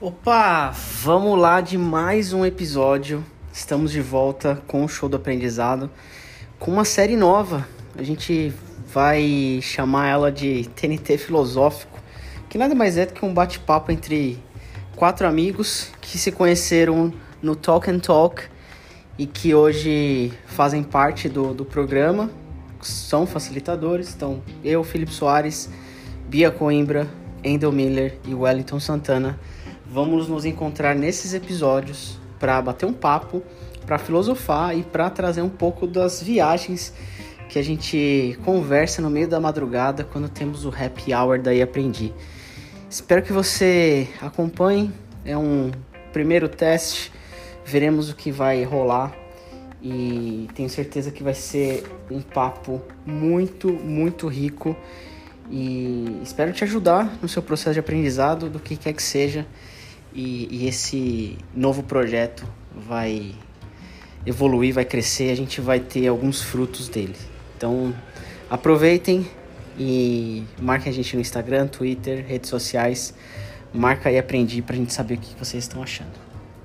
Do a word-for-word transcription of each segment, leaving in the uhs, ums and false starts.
Opa, vamos lá de mais um episódio. Estamos de volta com o Show do Aprendizado, com uma série nova. A gente vai chamar ela de T N T Filosófico, que nada mais é do que um bate-papo entre quatro amigos que se conheceram no Talk and Talk e que hoje fazem parte do, do programa, são facilitadores. Então, eu, Felipe Soares, Bia Coimbra, Endel Miller e Wellington Santana vamos nos encontrar nesses episódios para bater um papo, para filosofar e para trazer um pouco das viagens que a gente conversa no meio da madrugada quando temos o happy hour daí Aprendi. Espero que você acompanhe, é um primeiro teste, veremos o que vai rolar e tenho certeza que vai ser um papo muito, muito rico e espero te ajudar no seu processo de aprendizado, do que quer que seja. E, e esse novo projeto vai evoluir, vai crescer, a gente vai ter alguns frutos dele. Então, aproveitem e marquem a gente no Instagram, Twitter, redes sociais. Marca aí Aprendi pra gente saber o que vocês estão achando.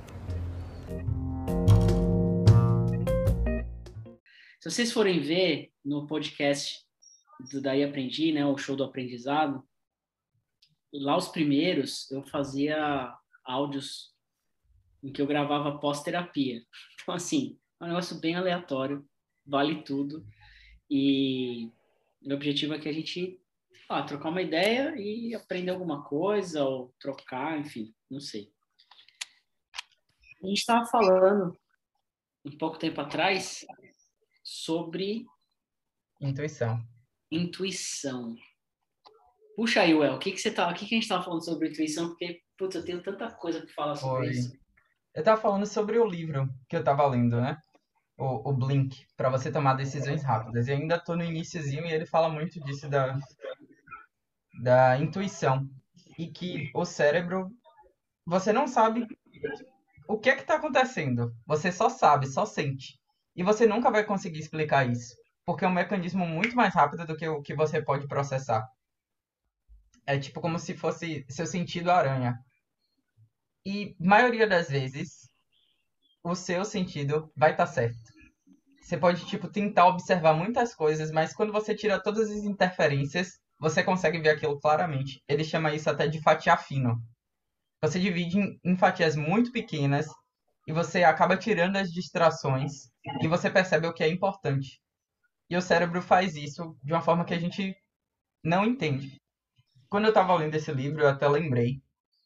Se vocês forem ver no podcast do Daí Aprendi, né, o Show do Aprendizado, lá os primeiros eu fazia áudios em que eu gravava pós-terapia. Então, assim, é um negócio bem aleatório, vale tudo. E o objetivo é que a gente ah, trocar uma ideia e aprender alguma coisa, ou trocar, enfim, não sei. A gente estava falando, um pouco tempo atrás, sobre Intuição. Intuição. Puxa aí, Well, o que, que você tá, o que, que a gente estava falando sobre intuição? Porque, putz, eu tenho tanta coisa para falar sobre Foi. isso. Eu tava falando sobre o livro que eu tava lendo, né? O, o Blink, para você tomar decisões rápidas. E ainda tô no iniciozinho e ele fala muito disso da, da intuição. E que o cérebro, você não sabe o que é que tá acontecendo. Você só sabe, só sente. E você nunca vai conseguir explicar isso. Porque é um mecanismo muito mais rápido do que o que você pode processar. É tipo como se fosse seu sentido aranha. E maioria das vezes, o seu sentido vai estar certo. Você pode, tipo, tentar observar muitas coisas, mas quando você tira todas as interferências, você consegue ver aquilo claramente. Ele chama isso até de fatiar fino. Você divide em, em fatias muito pequenas e você acaba tirando as distrações e você percebe o que é importante. E o cérebro faz isso de uma forma que a gente não entende. Quando eu estava lendo esse livro, eu até lembrei.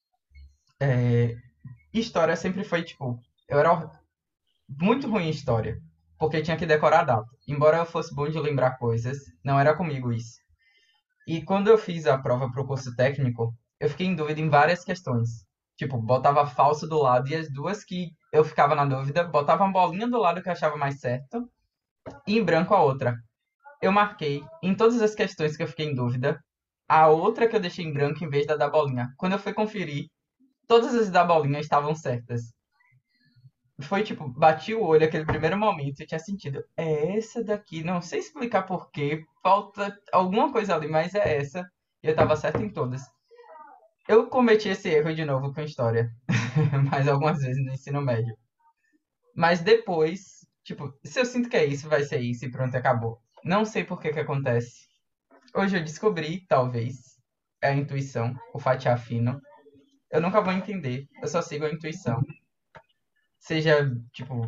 É, história sempre foi, tipo, eu era muito ruim em história, porque tinha que decorar a data. Embora eu fosse bom de lembrar coisas, não era comigo isso. E quando eu fiz a prova para o curso técnico, eu fiquei em dúvida em várias questões. Tipo, botava falso do lado e as duas que eu ficava na dúvida, botava uma bolinha do lado que eu achava mais certo e em branco a outra. Eu marquei em todas as questões que eu fiquei em dúvida, a outra que eu deixei em branco em vez da da bolinha. Quando eu fui conferir, todas as da bolinha estavam certas. Foi tipo, bati o olho aquele primeiro momento e tinha sentido. É essa daqui, não sei explicar por quê, falta alguma coisa ali, mas é essa. E eu tava certo em todas. Eu cometi esse erro de novo com história, mais algumas vezes no ensino médio. Mas depois, tipo, se eu sinto que é isso, vai ser isso e pronto, acabou. Não sei por que que acontece. Hoje eu descobri, talvez, é a intuição, o fatiar fino. Eu nunca vou entender, eu só sigo a intuição. Seja, tipo,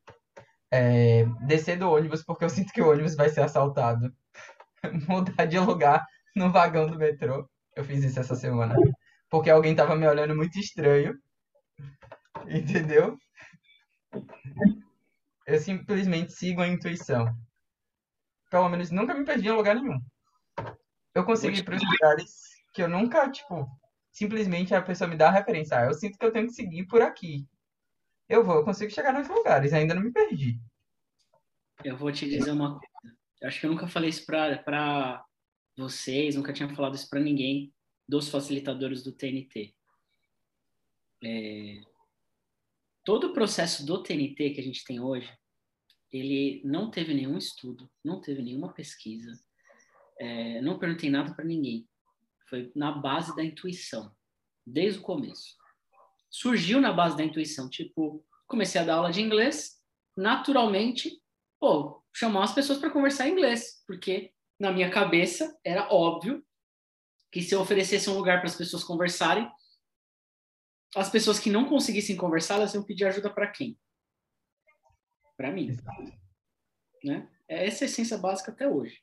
é, descer do ônibus porque eu sinto que o ônibus vai ser assaltado. Mudar de lugar no vagão do metrô. Eu fiz isso essa semana. Porque alguém tava me olhando muito estranho. Entendeu? Eu simplesmente sigo a intuição. Pelo menos nunca me perdi em lugar nenhum. Eu Vou consigo ir te... para os lugares que eu nunca, tipo, simplesmente a pessoa me dá a referência. Ah, eu sinto que eu tenho que seguir por aqui. Eu vou, eu consigo chegar nos lugares, ainda não me perdi. eu vou te dizer uma coisa. Eu acho que eu nunca falei isso para vocês, nunca tinha falado isso para ninguém dos facilitadores do T N T. É, todo o processo do T N T que a gente tem hoje, ele não teve nenhum estudo, não teve nenhuma pesquisa, é, não perguntei nada para ninguém. Foi na base da intuição, desde o começo. surgiu na base da intuição. Tipo, comecei a dar aula de inglês, naturalmente, pô, chamar as pessoas para conversar em inglês, porque na minha cabeça era óbvio que se eu oferecesse um lugar para as pessoas conversarem, as pessoas que não conseguissem conversar, elas iam pedir ajuda para quem? Para mim, né? É essa a essência básica até hoje.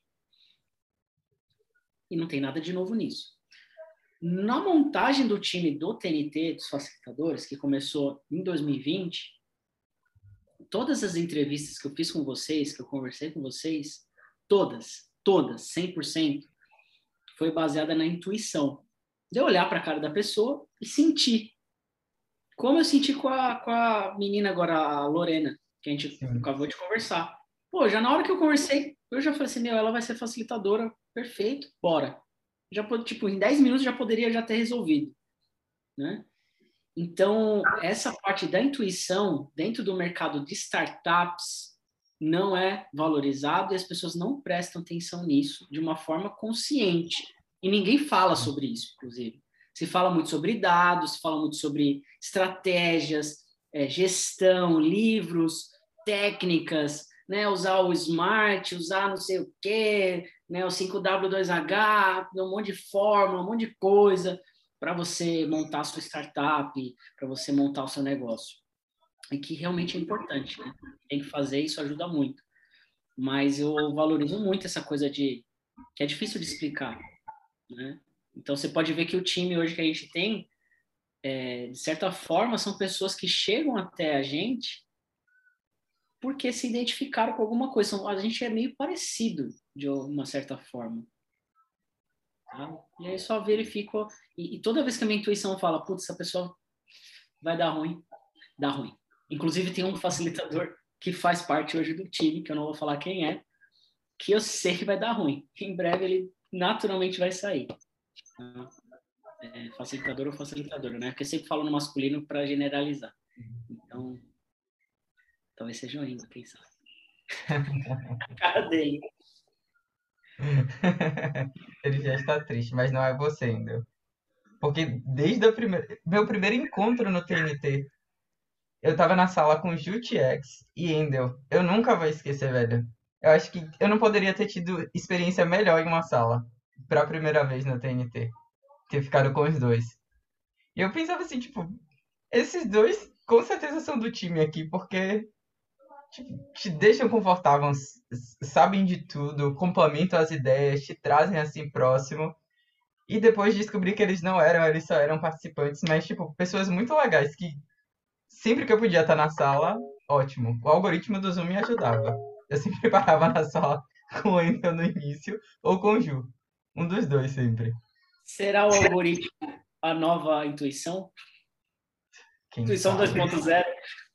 E não tem nada de novo nisso. Na montagem do time do T N T, dos facilitadores, que começou em dois mil e vinte, todas as entrevistas que eu fiz com vocês, que eu conversei com vocês, todas, todas, cem por cento, foi baseada na intuição. De eu olhar para a cara da pessoa e sentir. Como eu senti com a, com a menina agora, a Lorena, que a gente Sim. acabou de conversar. Pô, já na hora que eu conversei, eu já falei assim, meu, ela vai ser facilitadora, perfeito, bora. Já, tipo, em dez minutos já poderia já ter resolvido, né? Então, essa parte da intuição dentro do mercado de startups não é valorizado e as pessoas não prestam atenção nisso de uma forma consciente. E ninguém fala sobre isso, inclusive. Se fala muito sobre dados, se fala muito sobre estratégias, é, gestão, livros, técnicas, né? Usar o Smart, usar não sei o quê, né? O cinco W dois H, um monte de fórmula, um monte de coisa para você montar a sua startup, para você montar o seu negócio. E que realmente é importante, né? Tem que fazer, isso ajuda muito. Mas eu valorizo muito essa coisa de... que é difícil de explicar, né? Então, você pode ver que o time hoje que a gente tem, é, de certa forma, são pessoas que chegam até a gente porque se identificaram com alguma coisa. A gente é meio parecido, de uma certa forma. Tá? E aí só verifico... E, e toda vez que a minha intuição fala, putz, essa pessoa vai dar ruim, dá ruim. Inclusive, tem um facilitador que faz parte hoje do time, que eu não vou falar quem é, que eu sei que vai dar ruim. Em breve ele naturalmente vai sair. Tá? É, facilitador ou facilitadora, né? Porque eu sempre falo no masculino para generalizar. Então, talvez seja eu ainda, quem sabe. A cara dele. Ele já está triste, mas não é você ainda. Porque desde o primeiro, meu primeiro encontro no T N T, eu tava na sala com Jutiex e Endel. Eu nunca vou esquecer, velho. Eu acho que eu não poderia ter tido experiência melhor em uma sala pra primeira vez no T N T. Ter ficado com os dois. E eu pensava assim, tipo, esses dois com certeza são do time aqui, porque tipo, te deixam confortável, sabem de tudo, complementam as ideias, te trazem assim próximo. E depois descobri que eles não eram, eles só eram participantes, mas, tipo, pessoas muito legais que sempre que eu podia estar na sala, ótimo. O algoritmo do Zoom me ajudava. Eu sempre parava na sala com o Ender no início ou com o Ju. Um dos dois sempre. Será o algoritmo a nova intuição? Quem Intuição sabe? dois ponto zero?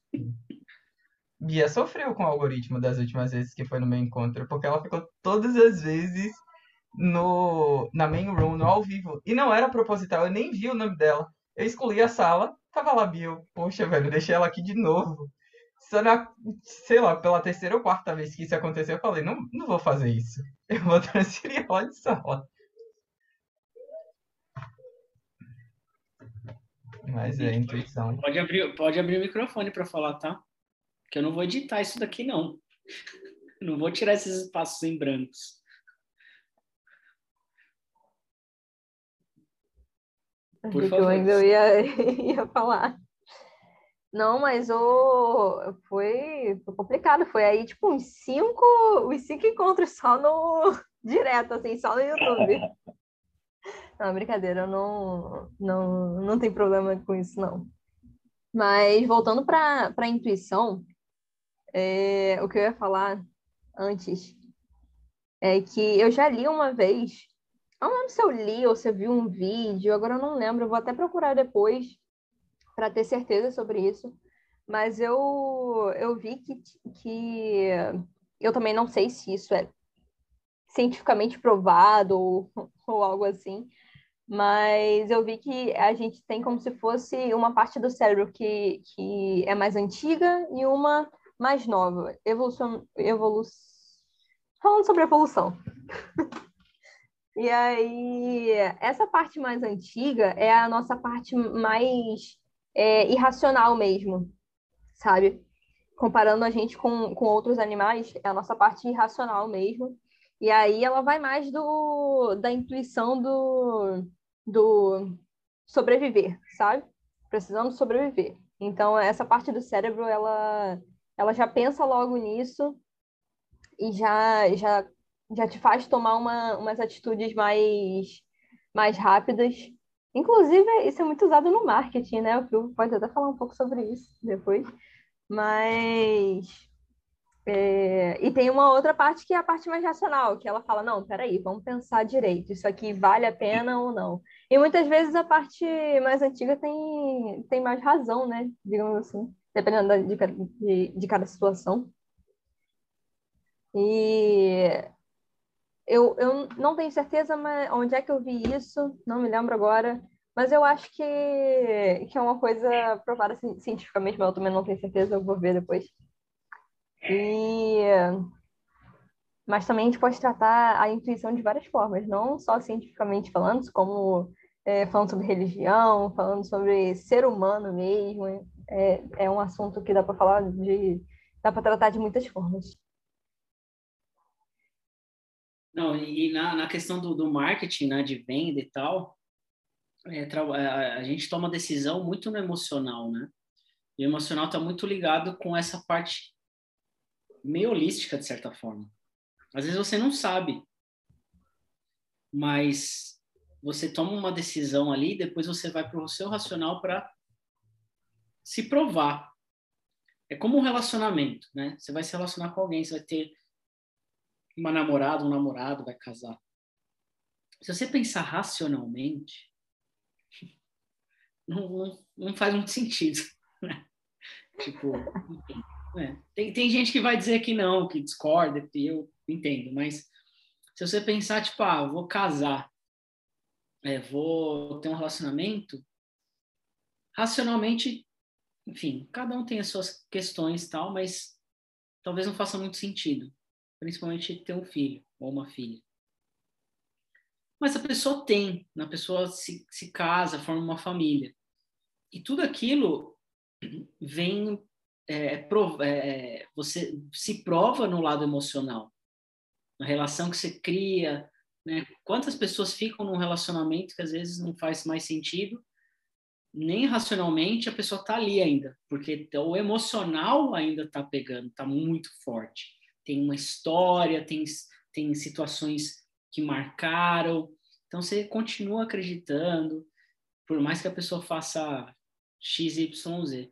Bia sofreu com o algoritmo das últimas vezes que foi no meu encontro, porque ela ficou todas as vezes no, na main room, no ao vivo. E não era proposital, eu nem vi o nome dela. Eu escolhi a sala, tava lá, Bia. Eu, Poxa, velho, deixei ela aqui de novo. Só na, sei lá, pela terceira ou quarta vez que isso aconteceu, eu falei, não, não vou fazer isso. Eu vou transferir ela de sala. Mas é, intuição. Pode abrir, pode abrir o microfone para falar, tá? Que eu não vou editar isso daqui, não. Eu não vou tirar esses espaços em brancos. Por Achei que eu favor. ainda ia, ia falar. Não, mas o, foi, foi complicado. Foi aí, tipo, uns cinco, uns cinco encontros só no... Direto, assim, só no YouTube. Não, brincadeira, eu não, não, não tem problema com isso, não. Mas, voltando para a intuição, é, o que eu ia falar antes é que eu já li uma vez, eu não lembro se eu li ou se eu vi um vídeo, agora eu não lembro, eu vou até procurar depois para ter certeza sobre isso, mas eu, eu vi que, que eu também não sei se isso é cientificamente provado ou, ou algo assim, mas eu vi que a gente tem como se fosse uma parte do cérebro que, que é mais antiga e uma mais nova. Evolução, evolu... Falando sobre evolução. E aí, essa parte mais antiga é a nossa parte mais é, irracional mesmo, sabe? Comparando a gente com, com outros animais, é a nossa parte irracional mesmo. E aí ela vai mais do, da intuição do, do sobreviver, sabe? Precisando sobreviver. Então, essa parte do cérebro, ela, ela já pensa logo nisso e já, já, já te faz tomar uma, umas atitudes mais, mais rápidas. Inclusive, isso é muito usado no marketing, né? O Phil pode até falar um pouco sobre isso depois. Mas. é, E tem uma outra parte que é a parte mais racional, que ela fala: não, peraí, vamos pensar direito, isso aqui vale a pena ou não. E muitas vezes a parte mais antiga tem, tem mais razão, né? Digamos assim, dependendo da- de, ca- de, de cada situação. E eu, eu não tenho certeza mas onde é que eu vi isso, não me lembro agora, mas eu acho que, que é uma coisa provada ci- cientificamente, mas eu também não tenho certeza, eu vou ver depois. E, mas também a gente pode tratar a intuição de várias formas, não só cientificamente falando, como é, falando sobre religião, falando sobre ser humano mesmo. É, é um assunto que dá para falar de, dá para tratar de muitas formas. Não, e na, na questão do, do marketing, né, de venda e tal, é, tra- a, a gente toma decisão muito no emocional, né? E o emocional está muito ligado com essa parte meio holística, de certa forma. Às vezes você não sabe, mas você toma uma decisão ali, depois você vai para o seu racional para se provar. É como um relacionamento, né? Você vai se relacionar com alguém, você vai ter uma namorada, um namorado, vai casar. Se você pensar racionalmente, não, não, não faz muito sentido, né? Tipo, enfim, né? Tem, tem gente que vai dizer que não, que discorda, e eu entendo, mas se você pensar, tipo, ah, vou casar, é, vou ter um relacionamento, racionalmente, enfim, cada um tem as suas questões e tal, mas talvez não faça muito sentido, principalmente ter um filho ou uma filha. Mas a pessoa tem, a pessoa se, se casa, forma uma família. E tudo aquilo vem, é, prov- é, você se prova no lado emocional, na relação que você cria, né? Quantas pessoas ficam num relacionamento que às vezes não faz mais sentido, nem racionalmente a pessoa está ali ainda, porque o emocional ainda está pegando, está muito forte. Tem uma história, tem, tem situações que marcaram, então você continua acreditando, por mais que a pessoa faça X, Y, Z.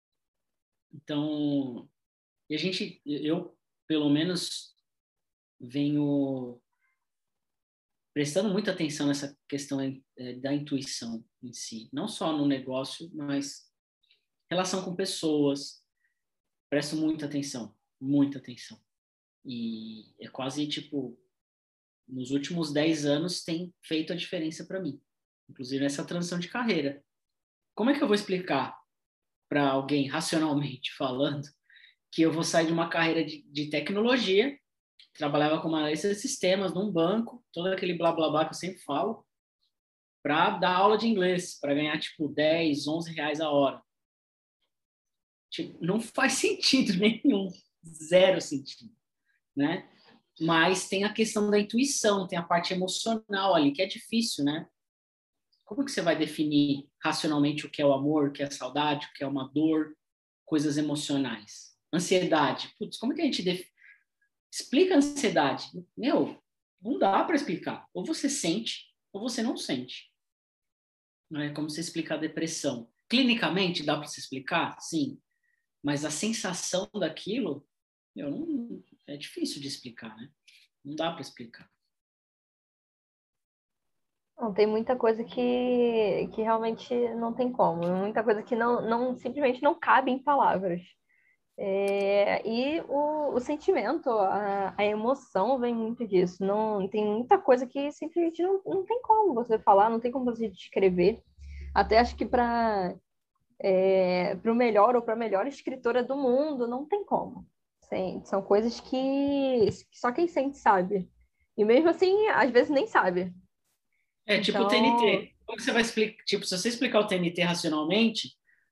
Então, e a gente, eu pelo menos venho prestando muita atenção nessa questão é, da intuição em si, não só no negócio, mas relação com pessoas, presto muita atenção, muita atenção. E é quase tipo, nos últimos dez anos tem feito a diferença para mim, inclusive nessa transição de carreira. Como é que eu vou explicar para alguém, racionalmente falando, que eu vou sair de uma carreira de, de tecnologia, trabalhava como analista de sistemas num banco, todo aquele blá blá blá que eu sempre falo, para dar aula de inglês, para ganhar tipo dez, onze reais a hora. Tipo, não faz sentido nenhum, zero sentido, né? Mas tem a questão da intuição, tem a parte emocional ali, que é difícil, né? Como que você vai definir racionalmente o que é o amor, o que é a saudade, o que é uma dor, coisas emocionais? Ansiedade. Putz, como que a gente def... explica a ansiedade? Meu, não dá para explicar. Ou você sente, ou você não sente. Não é como você explicar a depressão. Clinicamente dá para se explicar? Sim. Mas a sensação daquilo, meu, não, é difícil de explicar, né? Não dá para explicar. Não, tem muita coisa que, que realmente não tem como, muita coisa que não, não simplesmente não cabe em palavras. É, e o, o sentimento, a, a emoção vem muito disso. Não, tem muita coisa que simplesmente não, não tem como você falar, não tem como você descrever. Até acho que para é, para o melhor ou para a melhor escritora do mundo, não tem como. Sim, são coisas que só quem sente sabe. E mesmo assim, às vezes nem sabe. É tipo o Então, T N T. Como que você vai explicar? Tipo, se você explicar o T N T racionalmente,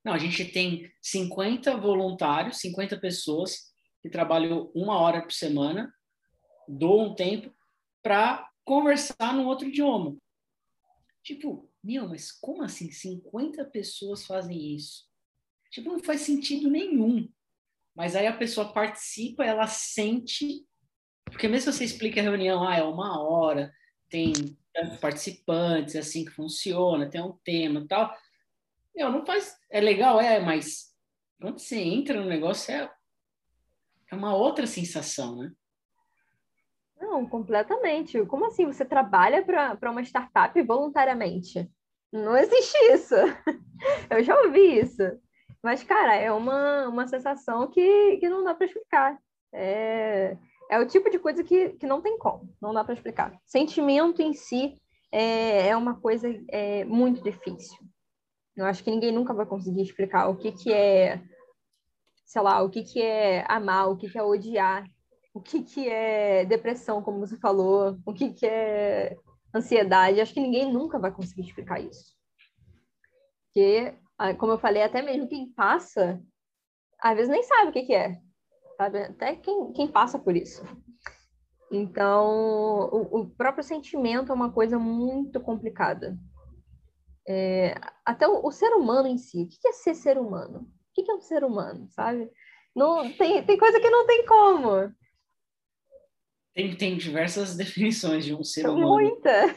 Não, a gente tem cinquenta voluntários, cinquenta pessoas que trabalham uma hora por semana, doam um tempo para conversar num outro idioma. Tipo, meu, mas como assim? cinquenta pessoas fazem isso? Tipo, não faz sentido nenhum. Mas aí a pessoa participa, ela sente... Porque mesmo se você explica a reunião, ah, é uma hora, tem tantos participantes, é assim que funciona, tem um tema e tal. Meu, não faz... É legal, é, mas quando você entra no negócio, é, é uma outra sensação, né? Não, completamente. Como assim você trabalha para uma startup voluntariamente? Não existe isso. Eu já ouvi isso. Mas, cara, é uma, uma sensação que, que não dá para explicar. É, é o tipo de coisa que, que não tem como, não dá para explicar. Sentimento em si é, é uma coisa é, muito difícil. Eu acho que ninguém nunca vai conseguir explicar o que, que é, sei lá, o que, que é amar, o que, que é odiar, o que, que é depressão, como você falou, o que, que é ansiedade. Acho que ninguém nunca vai conseguir explicar isso. Porque, ah, como eu falei, até mesmo quem passa, às vezes nem sabe o que, que é, sabe? Até quem, quem passa por isso. Então, o, o próprio sentimento é uma coisa muito complicada. É, até o, o ser humano em si, o que, que é ser ser humano? O que, que é um ser humano, sabe? Não, tem, tem coisa que não tem como. Tem, tem diversas definições de um ser humano. Muita.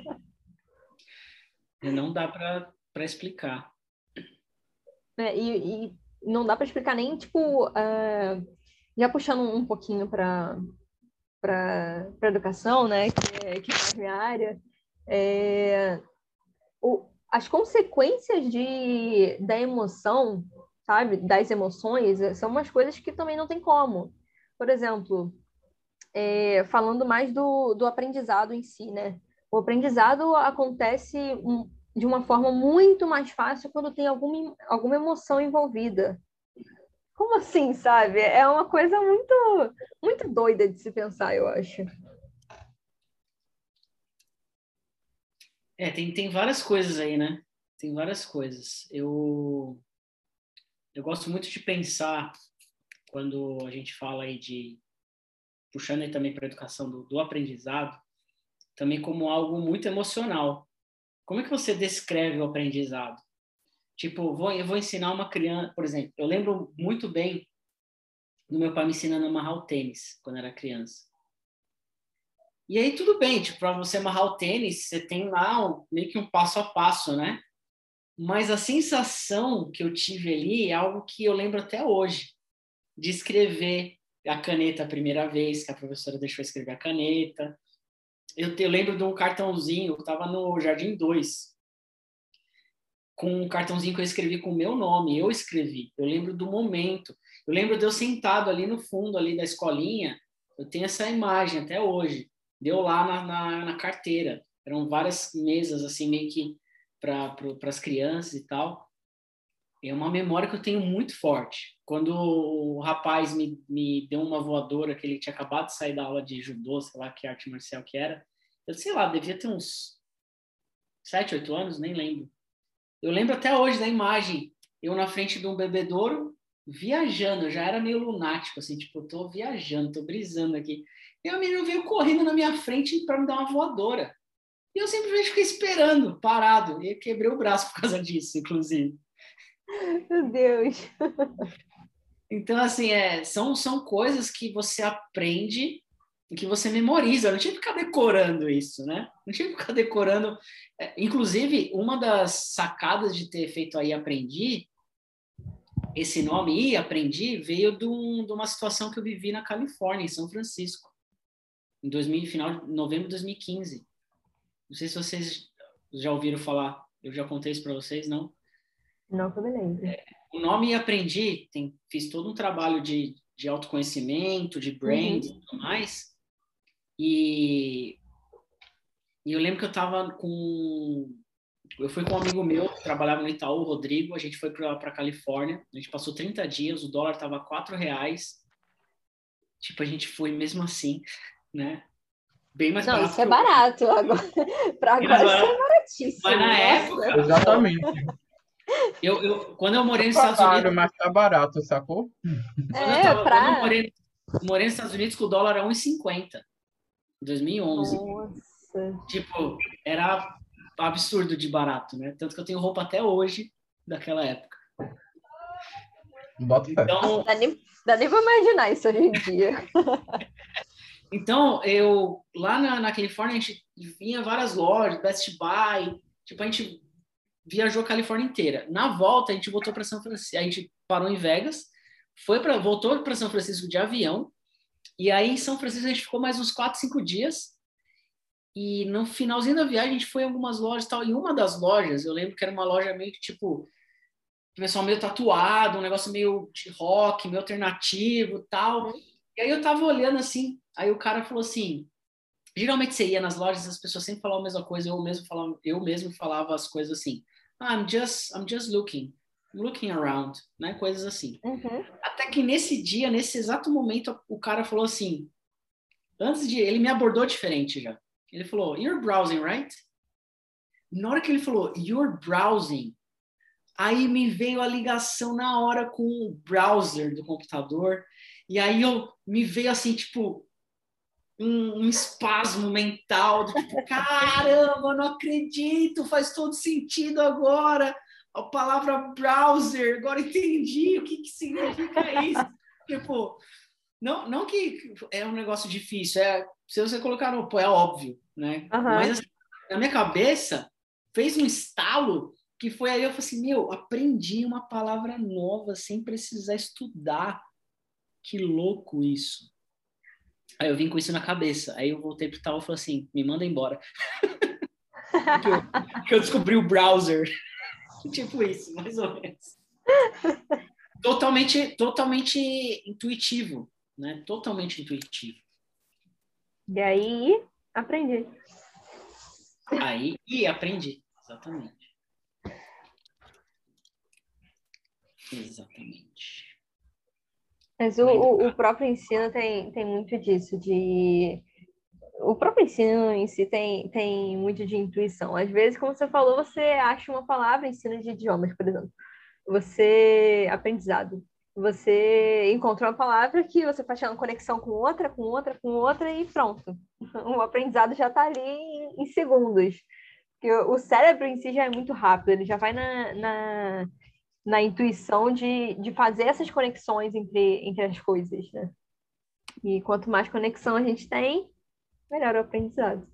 E não dá para explicar. É, e, e não dá para explicar nem, tipo, uh, já puxando um pouquinho para para educação, né, que é, que é a minha área, é, o, as consequências de, da emoção, sabe, das emoções, são umas coisas que também não tem como. Por exemplo, é, falando mais do, do aprendizado em si, né? O aprendizado acontece um, de uma forma muito mais fácil quando tem alguma, alguma emoção envolvida. Como assim, sabe? É uma coisa muito, muito doida de se pensar, eu acho. É, tem, tem várias coisas aí, né? Tem várias coisas. Eu, eu gosto muito de pensar, quando a gente fala aí de, puxando aí também para a educação do, do aprendizado, também como algo muito emocional. Como é que você descreve o aprendizado? Tipo, vou, eu vou ensinar uma criança, por exemplo, eu lembro muito bem do meu pai me ensinando a amarrar o tênis, quando era criança. E aí tudo bem, tipo, para você amarrar o tênis, você tem lá um, meio que um passo a passo, né? Mas a sensação que eu tive ali é algo que eu lembro até hoje, de escrever a caneta a primeira vez, que a professora deixou eu escrever a caneta. Eu, eu lembro de um cartãozinho, eu estava no Jardim dois, com um cartãozinho que eu escrevi com o meu nome, eu escrevi. Eu lembro do momento. Eu lembro de eu sentado ali no fundo ali da escolinha, eu tenho essa imagem até hoje. Deu lá na, na, na carteira. Eram várias mesas, assim, meio que para pra, as crianças e tal. É uma memória que eu tenho muito forte. Quando o rapaz me, me deu uma voadora, que ele tinha acabado de sair da aula de judô, sei lá que arte marcial que era, eu sei lá, devia ter uns sete, oito anos, nem lembro. Eu lembro até hoje da imagem, eu na frente de um bebedouro, viajando, eu já era meio lunático, assim, tipo, eu tô viajando, tô brisando aqui. E o menino veio correndo na minha frente para me dar uma voadora. E eu simplesmente fiquei esperando, parado. E quebrei o braço por causa disso, inclusive. Meu Deus. Então, assim, é, são, são coisas que você aprende e que você memoriza. Eu não tinha que ficar decorando isso, né? Não tinha que ficar decorando. É, inclusive, uma das sacadas de ter feito aí Aprendi, esse nome I, Aprendi, veio de, um, de uma situação que eu vivi na Califórnia, em São Francisco, em dois mil, final de novembro de dois mil e quinze. Não sei se vocês já ouviram falar, eu já contei isso para vocês, não? Não que eu me lembro. É, o nome Aprendi, tem, fiz todo um trabalho de, de autoconhecimento, de brand e Uhum. tudo mais. E, e eu lembro que eu estava com... Eu fui com um amigo meu que trabalhava no Itaú, o Rodrigo, a gente foi para a Califórnia, a gente passou trinta dias, o dólar estava quatro reais. Tipo, a gente foi mesmo assim, né? Bem mais Não, barato isso é que barato. Agora, para Bem mais agora isso é barato. Mas baratíssimo. na Nossa. época, Exatamente. Eu, eu, quando eu morei nos Tá Estados Unidos, caro, mas tá barato, sacou? quando eu, É, tava, quando eu pra. morei, morei nos Estados Unidos, com o dólar a um e cinquenta em dois mil e onze. Nossa. Tipo, era absurdo de barato, né? Tanto que eu tenho roupa até hoje daquela época. Bota fé. Nossa, Então, dá nem, dá nem pra imaginar isso hoje em dia. então eu lá na, na Califórnia a gente vinha várias lojas, Best Buy, tipo a gente viajou a Califórnia inteira. Na volta a gente voltou para São Francisco, a gente parou em Vegas, foi para voltou para São Francisco de avião e aí em São Francisco a gente ficou mais uns quatro, cinco dias. E no finalzinho da viagem a gente foi em algumas lojas e tal. E uma das lojas, eu lembro que era uma loja meio que tipo, o pessoal meio tatuado, um negócio meio de rock, meio alternativo e tal. Uhum. E aí eu tava olhando assim, aí o cara falou assim, geralmente você ia nas lojas, as pessoas sempre falavam a mesma coisa, eu mesmo falava, eu mesmo falava as coisas assim, ah, I'm just, I'm just looking, I'm looking around, né? Coisas assim. Uhum. Até que nesse dia, nesse exato momento, o cara falou assim, antes de, ele me abordou diferente já. Ele falou, you're browsing, right? Na hora que ele falou, you're browsing, aí me veio a ligação na hora com o browser do computador, e aí eu me veio assim, tipo, um, um espasmo mental, do tipo, caramba, não acredito, faz todo sentido agora, a palavra browser, agora entendi o que, que significa isso. Tipo, não, não que é um negócio difícil, é, se você colocar no, pô, é óbvio, né? Mas Aham. assim, na minha cabeça, fez um estalo que foi aí eu falei assim, meu, aprendi uma palavra nova sem precisar estudar. Que louco isso. Aí eu vim com isso na cabeça. Aí eu voltei pro tal e falei assim, me manda embora. que, eu, que eu descobri o browser. Tipo isso, mais ou menos. Totalmente, totalmente intuitivo, né? Totalmente intuitivo. E aí, aprendi. Aí, e aprendi. Exatamente. Exatamente. Mas o, o, o próprio ensino tem, tem muito disso, de... O próprio ensino em si tem, tem muito de intuição. Às vezes, como você falou, você acha uma palavra, ensino de idiomas, por exemplo. Você... Aprendizado. Você encontrou uma palavra que você faz uma conexão com outra, com outra, com outra e pronto. O aprendizado já está ali em, em segundos. Porque o o cérebro em si já é muito rápido, ele já vai na, na, na intuição de, de fazer essas conexões entre, entre as coisas, né? E quanto mais conexão a gente tem, melhor o aprendizado.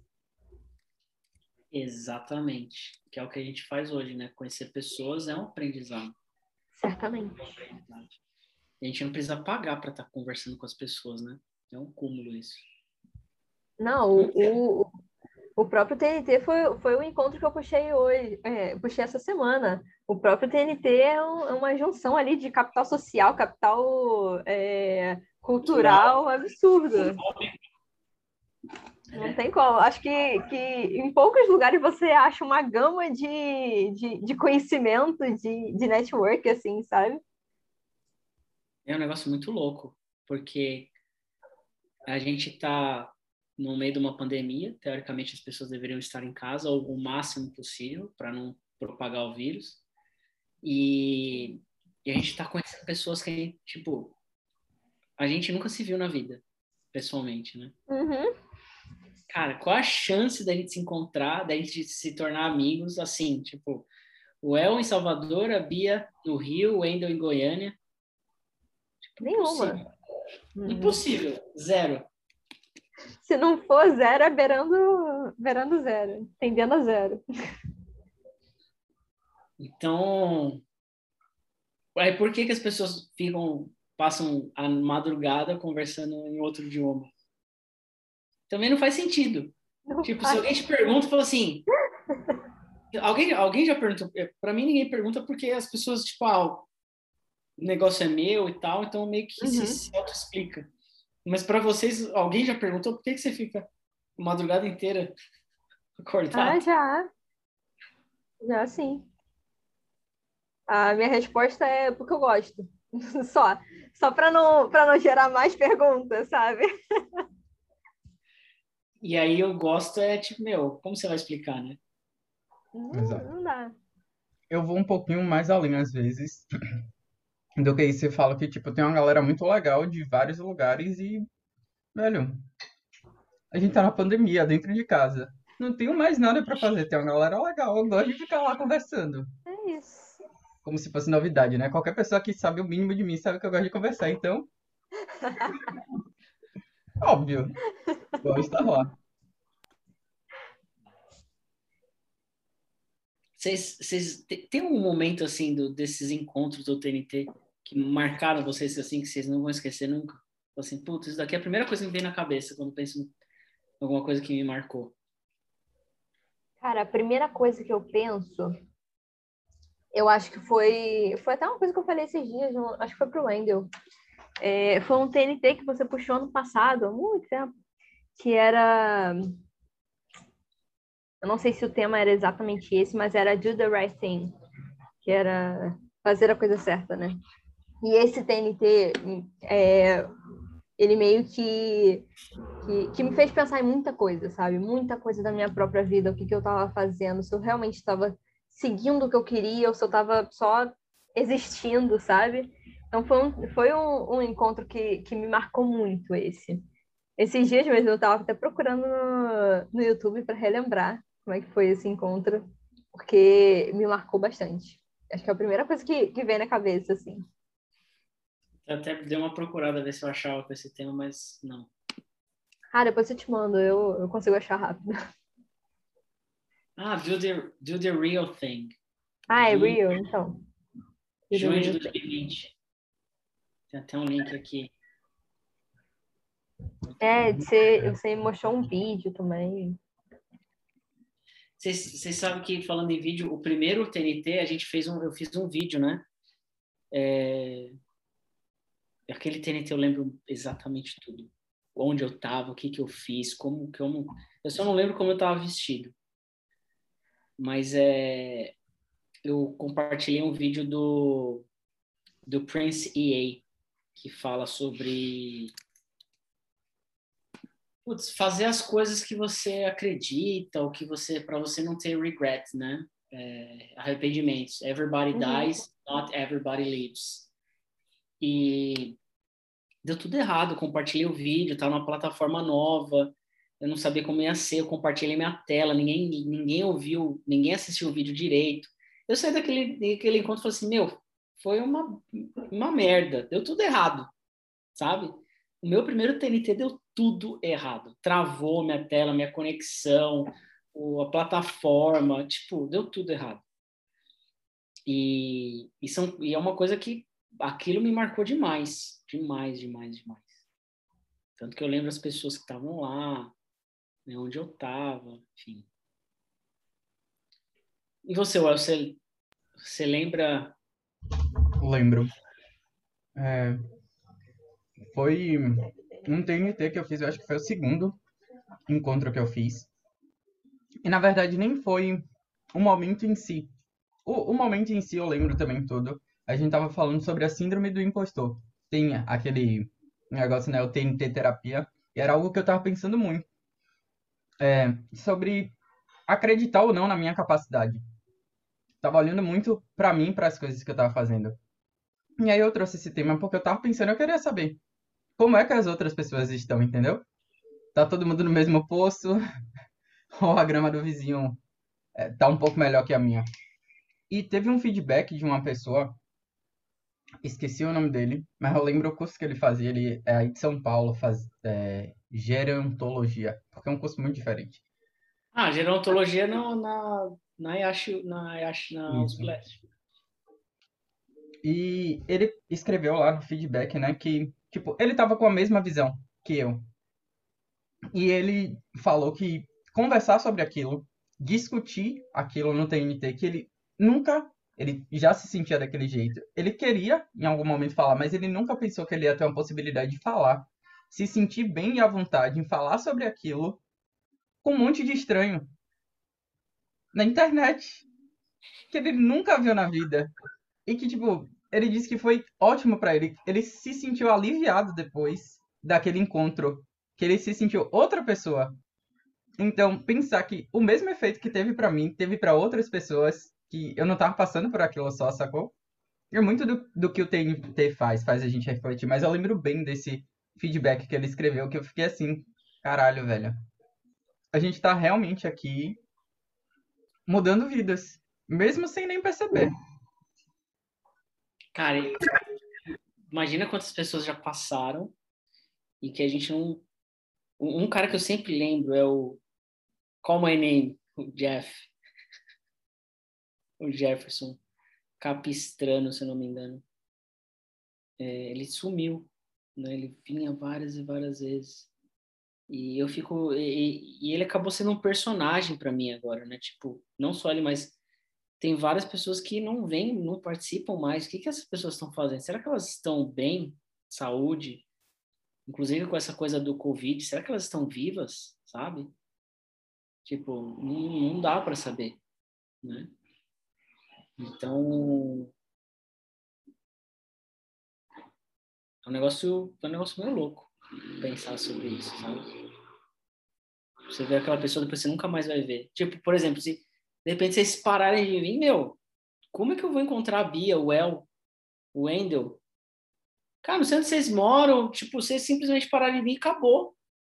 Exatamente. Que é o que a gente faz hoje, né? Conhecer pessoas é um aprendizado. Certamente. A gente não precisa pagar para estar conversando com as pessoas, né? É um cúmulo isso. Não, o, o, o próprio T N T foi, foi o encontro que eu puxei hoje, é, puxei essa semana. O próprio T N T é, um- é uma junção ali de capital social, capital é, cultural, absurdo. Não tem como. Acho que, que em poucos lugares você acha uma gama de, de, de conhecimento, de, de network, assim, sabe? É um negócio muito louco, porque a gente está no meio de uma pandemia, teoricamente as pessoas deveriam estar em casa o máximo possível para não propagar o vírus. E, e a gente está conhecendo pessoas que, a gente, tipo, a gente nunca se viu na vida, pessoalmente, né? Uhum. Cara, qual a chance da gente se encontrar, da gente se tornar amigos, assim, tipo, o El em Salvador, a Bia no Rio, o Wendel em Goiânia? Tipo, Nenhuma. impossível. Uhum. Impossível. Zero. Se não for zero, é beirando, beirando zero, tendendo a zero. Então, aí por que que as pessoas ficam, passam a madrugada conversando em outro idioma? Também não faz sentido. Não Tipo, se faz. alguém te pergunta, fala assim, alguém, alguém já perguntou, para mim ninguém pergunta porque as pessoas, tipo, ah, o negócio é meu e tal, então meio que se, Uhum. se auto-explica. Mas para vocês, alguém já perguntou por que que você fica a madrugada inteira Ah, acordado? já. Já sim. A minha resposta é porque eu gosto. Só. Só para não, para não gerar mais perguntas, sabe? E aí eu gosto é tipo, meu, como você vai explicar, né? Não, Exato. não dá. eu vou um pouquinho mais além às vezes do que isso. Eu falo que, tipo, tem uma galera muito legal de vários lugares e, velho, a gente tá na pandemia, dentro de casa. Não tenho mais nada pra fazer. Tem uma galera legal. Eu gosto de ficar lá conversando. É isso. Como se fosse novidade, né? Qualquer pessoa que sabe o mínimo de mim sabe que eu gosto de conversar. Então, óbvio, vou estar lá. Vocês, vocês te- tem um momento assim do, desses encontros do T N T que marcaram vocês assim que vocês não vão esquecer nunca? Assim, putz, isso daqui é a primeira coisa que me vem na cabeça quando penso em alguma coisa que me marcou. Cara, a primeira coisa que eu penso, eu acho que foi. Foi até uma coisa que eu falei esses dias, não- acho que foi pro Wendel. É, foi um T N T que você puxou ano passado, há muito tempo, que era. Eu não sei se o tema era exatamente esse, mas era Do the Right Thing, que era fazer a coisa certa, né? E esse T N T, é, ele meio que, que, que me fez pensar em muita coisa, sabe? Muita coisa da minha própria vida, o que, que eu estava fazendo, se eu realmente estava seguindo o que eu queria ou se eu estava só existindo, sabe? Então foi um, foi um, um encontro que, que me marcou muito esse. Esses dias mesmo eu estava até procurando no, no YouTube para relembrar como é que foi esse encontro, porque me marcou bastante. Acho que é a primeira coisa que, que vem na cabeça, assim. Eu até dei uma procurada ver se eu achava com esse tema, mas não. Ah, depois eu te mando, eu, eu consigo achar rápido. Ah, Do the, do the Real Thing. Ah, é Junho, Real, então. Do the junho de Real Thing. dois mil e vinte. Tem até um link aqui. É, você, você mostrou um vídeo também. Vocês vocês sabem que, falando em vídeo, o primeiro T N T, a gente fez um, eu fiz um vídeo, né? É, aquele T N T eu lembro exatamente tudo. Onde eu estava, o que que eu fiz, como que eu não... Eu só não lembro como eu estava vestido. Mas é, eu compartilhei um vídeo do, do Prince E A, que fala sobre putz, fazer as coisas que você acredita, ou que você, para você não ter regret, né? É, arrependimentos. Everybody Uhum. dies, not everybody lives. E deu tudo errado. Eu compartilhei o vídeo, tá numa plataforma nova. Eu não sabia como ia ser. Eu compartilhei minha tela. Ninguém, ninguém ouviu, ninguém assistiu o vídeo direito. Eu saí daquele, daquele encontro e falei assim: meu, foi uma, uma merda. Deu tudo errado, sabe? O meu primeiro T N T deu tudo errado. Travou minha tela, minha conexão, o, a plataforma, tipo, deu tudo errado. E, e, são, e é uma coisa que aquilo me marcou demais, demais, demais, demais. Tanto que eu lembro as pessoas que estavam lá, né, onde eu estava, enfim. E você, Well, você, você lembra? Lembro. É, foi um T N T que eu fiz, eu acho que foi o segundo encontro que eu fiz. E na verdade nem foi o momento em si. O, o momento em si eu lembro também todo. A gente tava falando sobre a síndrome do impostor. Tem aquele negócio, né? O T N T terapia. E era algo que eu tava pensando muito. É, sobre acreditar ou não na minha capacidade. Tava olhando muito pra mim, para as coisas que eu tava fazendo. E aí eu trouxe esse tema porque eu tava pensando, eu queria saber como é que as outras pessoas estão, entendeu? Tá todo mundo no mesmo poço ou a grama do vizinho é, tá um pouco melhor que a minha? E teve um feedback de uma pessoa, esqueci o nome dele, mas eu lembro o curso que ele fazia. Ele é aí de São Paulo, faz é, gerontologia, porque é um curso muito diferente. Ah, gerontologia na, na, na Yashi, na Yashi, na Isso. U S P Leste. E ele escreveu lá no feedback, né, que tipo, ele tava com a mesma visão que eu. E ele falou que conversar sobre aquilo, discutir aquilo no T N T, que ele nunca, ele já se sentia daquele jeito. Ele queria, em algum momento, falar, mas ele nunca pensou que ele ia ter uma possibilidade de falar, se sentir bem e à vontade em falar sobre aquilo com um monte de estranho na internet, que ele nunca viu na vida. E que, tipo, ele disse que foi ótimo pra ele. Ele se sentiu aliviado depois daquele encontro, que ele se sentiu outra pessoa. Então, pensar que o mesmo efeito que teve pra mim, teve pra outras pessoas, que eu não tava passando por aquilo só, sacou? É muito do, do que o T N T faz, faz a gente refletir, mas eu lembro bem desse feedback que ele escreveu, que eu fiquei assim, caralho, velho. A gente tá realmente aqui mudando vidas, mesmo sem nem perceber. Cara, e imagina quantas pessoas já passaram e que a gente não. Um um cara que eu sempre lembro é o Call My Name, o Jeff, o Jefferson Capistrano, se eu não me engano. É, ele sumiu, né? Ele vinha várias e várias vezes. E eu fico. E, e ele acabou sendo um personagem para mim agora, né? Tipo, não só ele, mas tem várias pessoas que não vêm, não participam mais. O que que essas pessoas estão fazendo? Será que elas estão bem? Saúde? Inclusive com essa coisa do Covid, será que elas estão vivas? Sabe? Tipo, não, não dá para saber, né? Então, é um negócio, é um negócio meio louco pensar sobre isso, sabe? Você vê aquela pessoa, depois você nunca mais vai ver. Tipo, por exemplo, se de repente vocês pararem de vir, meu, como é que eu vou encontrar a Bia, o El, o Wendel? Cara, não sei onde vocês moram, tipo, vocês simplesmente pararem de vir e acabou.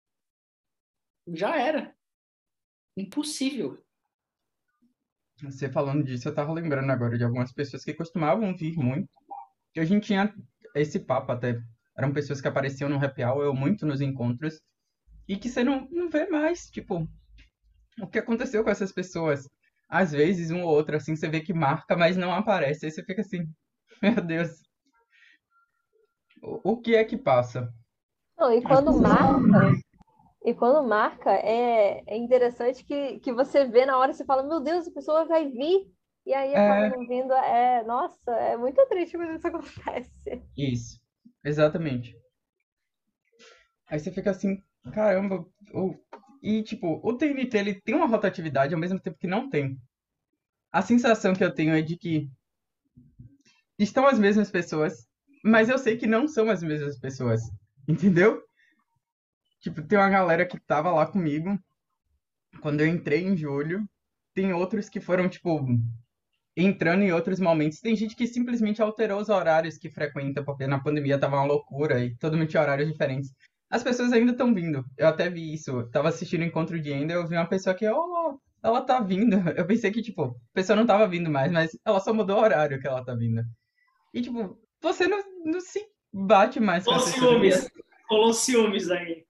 Já era. Impossível. Você falando disso, eu tava lembrando agora de algumas pessoas que costumavam vir muito, que a gente tinha esse papo até. Eram pessoas que apareciam no happy hour ou muito nos encontros, e que você não, não vê mais, tipo, o que aconteceu com essas pessoas. Às vezes, um ou outro, assim, você vê que marca, mas não aparece. Aí você fica assim, meu Deus, o, o que é que passa? Não, e As quando pessoas... marca, e quando marca, é, é interessante que, que você vê na hora, você fala, meu Deus, a pessoa vai vir, e aí acaba É, não vindo. É, nossa, é muito triste quando isso acontece. isso, exatamente. Aí você fica assim, caramba, o... e tipo, o T N T ele tem uma rotatividade ao mesmo tempo que não tem. A sensação que eu tenho é de que estão as mesmas pessoas, mas eu sei que não são as mesmas pessoas, entendeu? Tipo, tem uma galera que tava lá comigo quando eu entrei em julho, tem outros que foram, tipo, entrando em outros momentos. Tem gente que simplesmente alterou os horários que frequenta, porque na pandemia tava uma loucura e todo mundo tinha horários diferentes. As pessoas ainda estão vindo. Eu até vi isso. Eu tava assistindo o encontro de Ender, eu vi uma pessoa que, oh, ela tá vindo. Eu pensei que, tipo, a pessoa não tava vindo mais, mas ela só mudou o horário que ela tá vindo. E, tipo, você não, não se bate mais com Rolou as pessoas. ciúmes. Rolou ciúmes aí.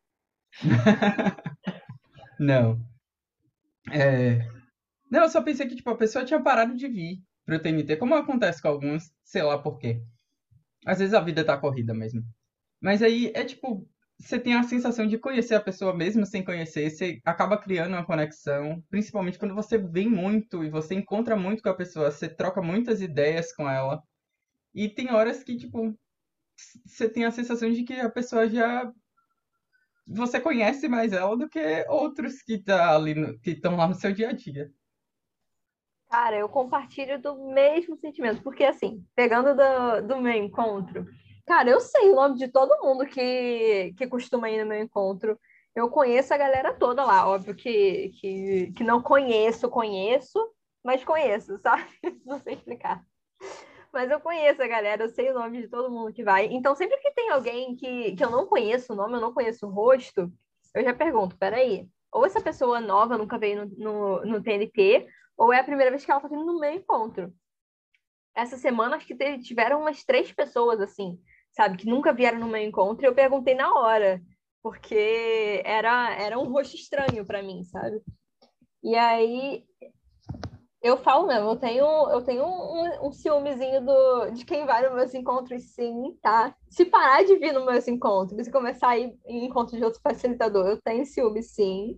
Não. É... Não, eu só pensei que, tipo, a pessoa tinha parado de vir pro T N T, como acontece com alguns, sei lá por quê. Às vezes a vida tá corrida mesmo. Mas aí é tipo, você tem a sensação de conhecer a pessoa mesmo sem conhecer, você acaba criando uma conexão, principalmente quando você vem muito e você encontra muito com a pessoa, você troca muitas ideias com ela. E tem horas que, tipo, você tem a sensação de que a pessoa já você conhece mais ela do que outros que tá ali no- que estão lá no seu dia a dia. Cara, eu compartilho do mesmo sentimento, porque assim, pegando do, do meu encontro, cara, eu sei o nome de todo mundo que, que costuma ir no meu encontro. Eu conheço a galera toda lá, óbvio que, que, que não conheço, conheço, mas conheço, sabe? Não sei explicar. Mas eu conheço a galera, eu sei o nome de todo mundo que vai. Então, sempre que tem alguém que, que eu não conheço o nome, eu não conheço o rosto, eu já pergunto, peraí, ou essa pessoa nova nunca veio no, no, no T N T, ou é a primeira vez que ela tá vindo no meu encontro. Essa semana, acho que teve- tiveram umas três pessoas, assim, sabe, que nunca vieram no meu encontro, e eu perguntei na hora, porque era, era um rosto estranho para mim, sabe? E aí eu falo mesmo, eu tenho, eu tenho um, um ciúmezinho do, de quem vai nos meus encontros, sim, tá? Se parar de vir nos meus encontros e começar a ir em encontros de outro facilitador, eu tenho ciúme, sim.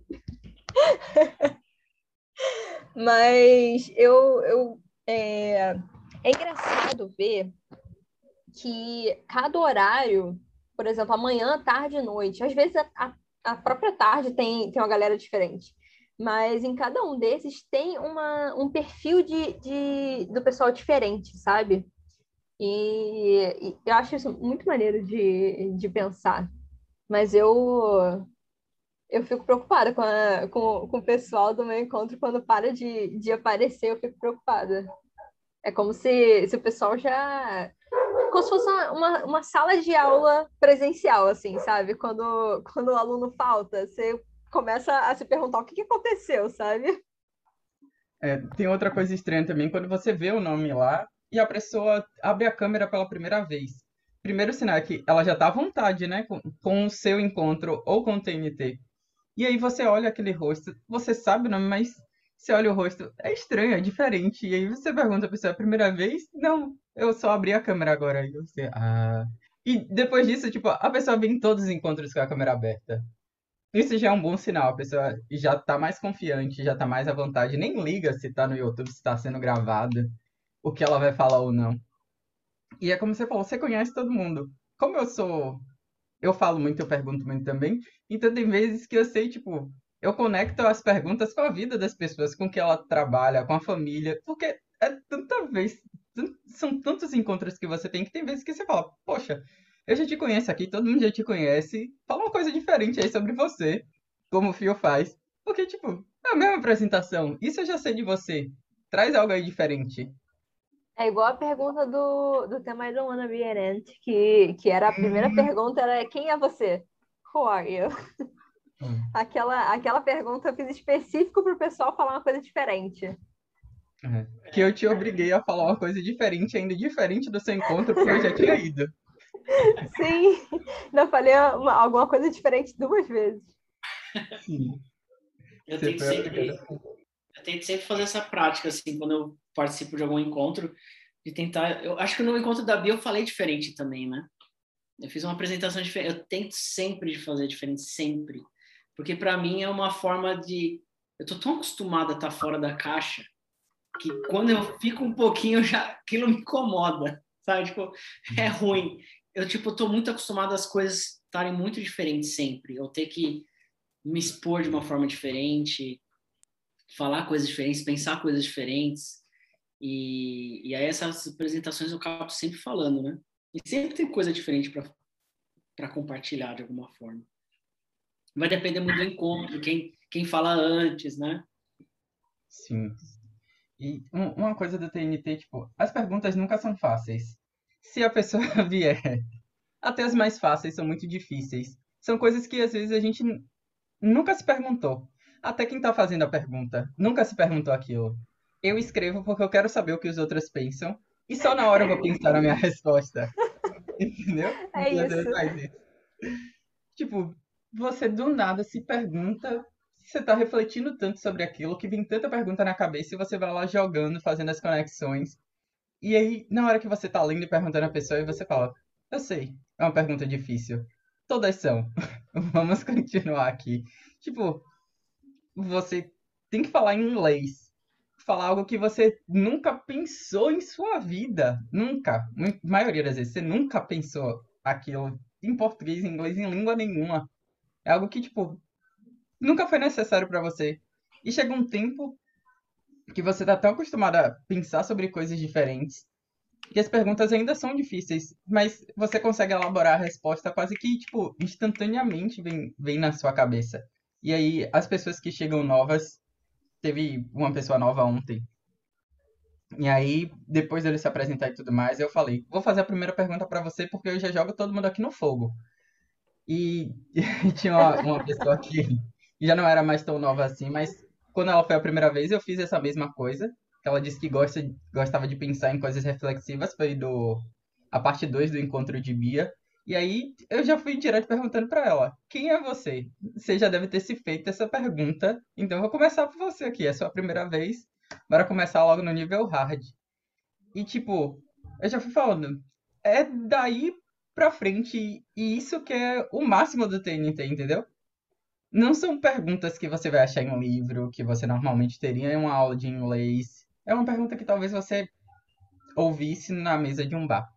Mas eu, eu é, é engraçado ver que cada horário, por exemplo, amanhã, tarde e noite, às vezes a, a, a própria tarde tem, tem uma galera diferente. Mas em cada um desses tem uma, um perfil de, de, do pessoal diferente, sabe? E, e eu acho isso muito maneiro de, de pensar. Mas eu, Eu fico preocupada com, a- com, com o pessoal do meu encontro quando para de, de aparecer, eu fico preocupada. É como se, se o pessoal já. Como se fosse uma, uma, uma sala de aula presencial, assim, sabe? Quando, quando o aluno falta, você começa a se perguntar o que que aconteceu, sabe? É, tem outra coisa estranha também, quando você vê o nome lá e a pessoa abre a câmera pela primeira vez. Primeiro sinal é que ela já tá à vontade, né, com, com o seu encontro ou com o T N T. E aí você olha aquele rosto, você sabe o nome, mas você olha o rosto, é estranho, é diferente. E aí você pergunta a pessoa, é a primeira vez? Não, eu só abri a câmera agora. E você, ah... E depois disso, tipo, a pessoa vem em todos os encontros com a câmera aberta. Isso já é um bom sinal, a pessoa já tá mais confiante, já tá mais à vontade, nem liga se tá no YouTube, se tá sendo gravado, o que ela vai falar ou não. E é como você falou, você conhece todo mundo. Como eu sou, eu falo muito, eu pergunto muito também, então tem vezes que eu sei, tipo, eu conecto as perguntas com a vida das pessoas, com o que ela trabalha, com a família, porque é tanta vez, tan- são tantos encontros que você tem que tem vezes que você fala, poxa, eu já te conheço aqui, todo mundo já te conhece, fala uma coisa diferente aí sobre você, como o Fio faz, porque, tipo, é a mesma apresentação, isso eu já sei de você, traz algo aí diferente. É igual a pergunta do, do tema I Don't Wanna Be an Ant, que, que era a primeira Hum, pergunta, era quem é você? Who are you? hum, Aquela, aquela pergunta eu fiz específico para o pessoal falar uma coisa diferente. é. Que eu te obriguei a falar uma coisa diferente, ainda diferente do seu encontro, porque eu já tinha ido. Sim, ainda falei uma- alguma coisa diferente duas vezes. Sim, Eu você tento foi a primeira. sempre, eu tento sempre fazer essa prática, assim, quando eu participo de algum encontro, de tentar. Eu acho que no encontro da Bia eu falei diferente também, né? Eu fiz uma apresentação diferente. Eu tento sempre de fazer diferente, sempre. Porque para mim é uma forma de. Eu tô tão acostumado a estar fora da caixa que quando eu fico um pouquinho, já aquilo me incomoda, sabe? Tipo, é ruim. Eu, tipo, tô muito acostumado às coisas estarem muito diferentes sempre. Eu ter que me expor de uma forma diferente, falar coisas diferentes, pensar coisas diferentes. E, e aí essas apresentações eu acabo sempre falando, né? E sempre tem coisa diferente para compartilhar de alguma forma. Vai depender muito do encontro, quem, quem fala antes, né? Sim. E um- uma coisa do T N T, tipo, as perguntas nunca são fáceis. Se a pessoa vier, até as mais fáceis são muito difíceis. São coisas que às vezes a gente n- nunca se perguntou. Até quem tá fazendo a pergunta nunca se perguntou aquilo. Eu escrevo porque eu quero saber o que os outros pensam, e só na hora eu vou pensar na minha resposta. Entendeu? É Você isso. faz isso. Tipo, você do nada se pergunta, você tá refletindo tanto sobre aquilo, que vem tanta pergunta na cabeça e você vai lá jogando, fazendo as conexões. E aí, na hora que você tá lendo e perguntando a pessoa, e você fala, eu sei, é uma pergunta difícil. Todas são. Vamos continuar aqui. Tipo, você tem que falar em inglês. Falar algo que você nunca pensou em sua vida. Nunca. Na maioria das vezes, você nunca pensou aquilo em português, em inglês, em língua nenhuma. É algo que, tipo, nunca foi necessário pra você. E chega um tempo que você tá tão acostumado a pensar sobre coisas diferentes que as perguntas ainda são difíceis, mas você consegue elaborar a resposta quase que, tipo, instantaneamente vem, vem na sua cabeça. E aí, as pessoas que chegam novas, teve uma pessoa nova ontem. E aí, depois dele se apresentar e tudo mais, eu falei, vou fazer a primeira pergunta pra você porque eu já jogo todo mundo aqui no fogo. E, e tinha uma, uma pessoa que já não era mais tão nova assim, mas quando ela foi a primeira vez, eu fiz essa mesma coisa. Que ela disse que gosta, gostava de pensar em coisas reflexivas, foi do a parte dois do encontro de Bia. E aí eu já fui direto perguntando pra ela: quem é você? Você já deve ter se feito essa pergunta, então eu vou começar por você aqui, é a sua primeira vez. Bora começar logo no nível hard. E tipo, eu já fui falando, é daí pra frente, e isso que é o máximo do T N T, entendeu? Não são perguntas que você vai achar em um livro, que você normalmente teria em uma aula de inglês. É uma pergunta que talvez você ouvisse na mesa de um bar,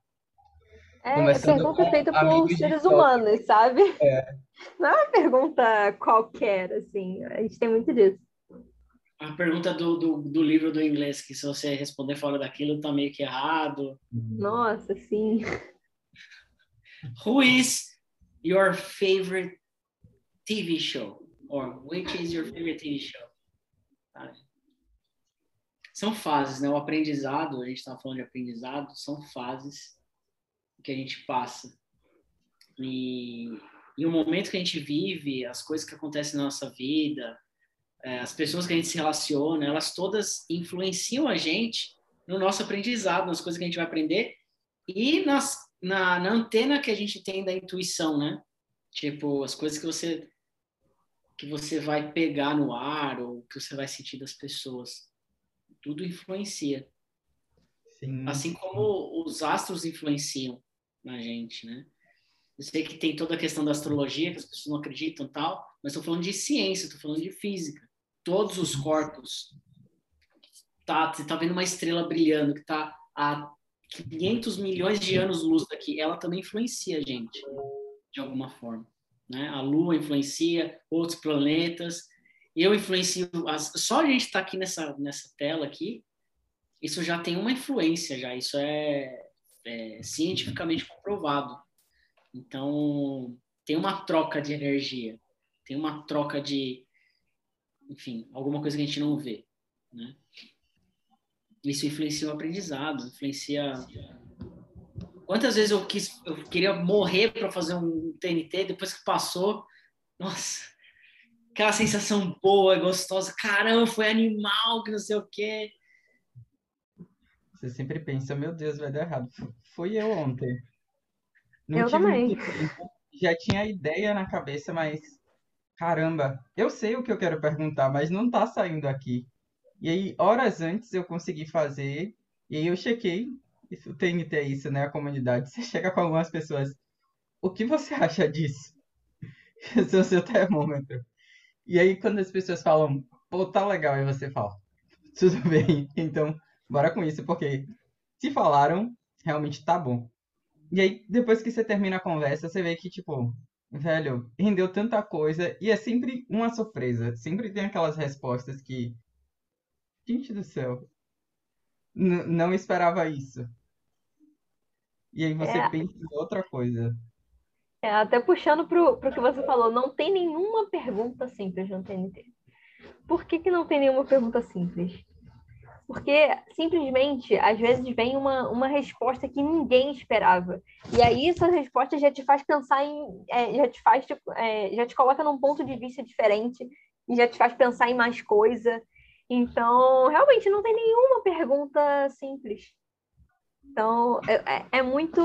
É conversando pergunta com feita por amigos de seres escola. humanos, sabe? É, Não é uma pergunta qualquer, assim. A gente tem muito disso. A pergunta do, do, do livro do inglês, que se você responder fora daquilo, tá meio que errado. Nossa, sim. Who is your favorite T V show? Or, which is your favorite T V show? Tá? São fases, né? O aprendizado, a gente estava falando de aprendizado, são fases que a gente passa. E, e o momento que a gente vive, as coisas que acontecem na nossa vida, é, as pessoas que a gente se relaciona, elas todas influenciam a gente no nosso aprendizado, nas coisas que a gente vai aprender e nas, na, na antena que a gente tem da intuição, né? Tipo, as coisas que você, que você vai pegar no ar ou que você vai sentir das pessoas. Tudo influencia. Sim. Assim como os astros influenciam na gente, né? Eu sei que tem toda a questão da astrologia, que as pessoas não acreditam e tal, mas estou falando de ciência, estou falando de física. Todos os corpos, tá, você está vendo uma estrela brilhando que está a quinhentos milhões de anos-luz daqui, ela também influencia a gente, de alguma forma. Né? A Lua influencia, outros planetas, eu influencio, as, só a gente estar tá aqui nessa, nessa tela aqui, isso já tem uma influência, já, isso é, é cientificamente comprovado. Então, tem uma troca de energia, tem uma troca de, enfim, alguma coisa que a gente não vê, né? Isso influencia o aprendizado, influencia... Quantas vezes eu quis, eu queria morrer para fazer um T N T, depois que passou, nossa, aquela sensação boa, gostosa, caramba, foi animal, que não sei o quê. Você sempre pensa, meu Deus, vai dar errado. Fui eu ontem. Não Eu tive também. muito tempo. Já tinha a ideia na cabeça, mas caramba, eu sei o que eu quero perguntar, mas não tá saindo aqui. E aí, horas antes eu consegui fazer, e aí eu chequei. Isso, o T N T é isso, né? A comunidade. Você chega com algumas pessoas. O que você acha disso? Esse é o seu termômetro. E aí, quando as pessoas falam, pô, tá legal, aí você fala, tudo bem, então, bora com isso, porque se falaram, realmente tá bom. E aí, depois que você termina a conversa, você vê que, tipo, velho, rendeu tanta coisa e é sempre uma surpresa. Sempre tem aquelas respostas que, gente do céu, n- não esperava isso. E aí você É, pensa em outra coisa. é, até puxando pro, pro que você falou, não tem nenhuma pergunta simples no T N T. Por que que não tem nenhuma pergunta simples? Porque simplesmente, às vezes, vem uma, uma resposta que ninguém esperava. E aí essa resposta já te faz pensar em. É, já te faz, tipo, é, já te coloca num ponto de vista diferente e já te faz pensar em mais coisa. Então, realmente não tem nenhuma pergunta simples. Então, é, é é muito.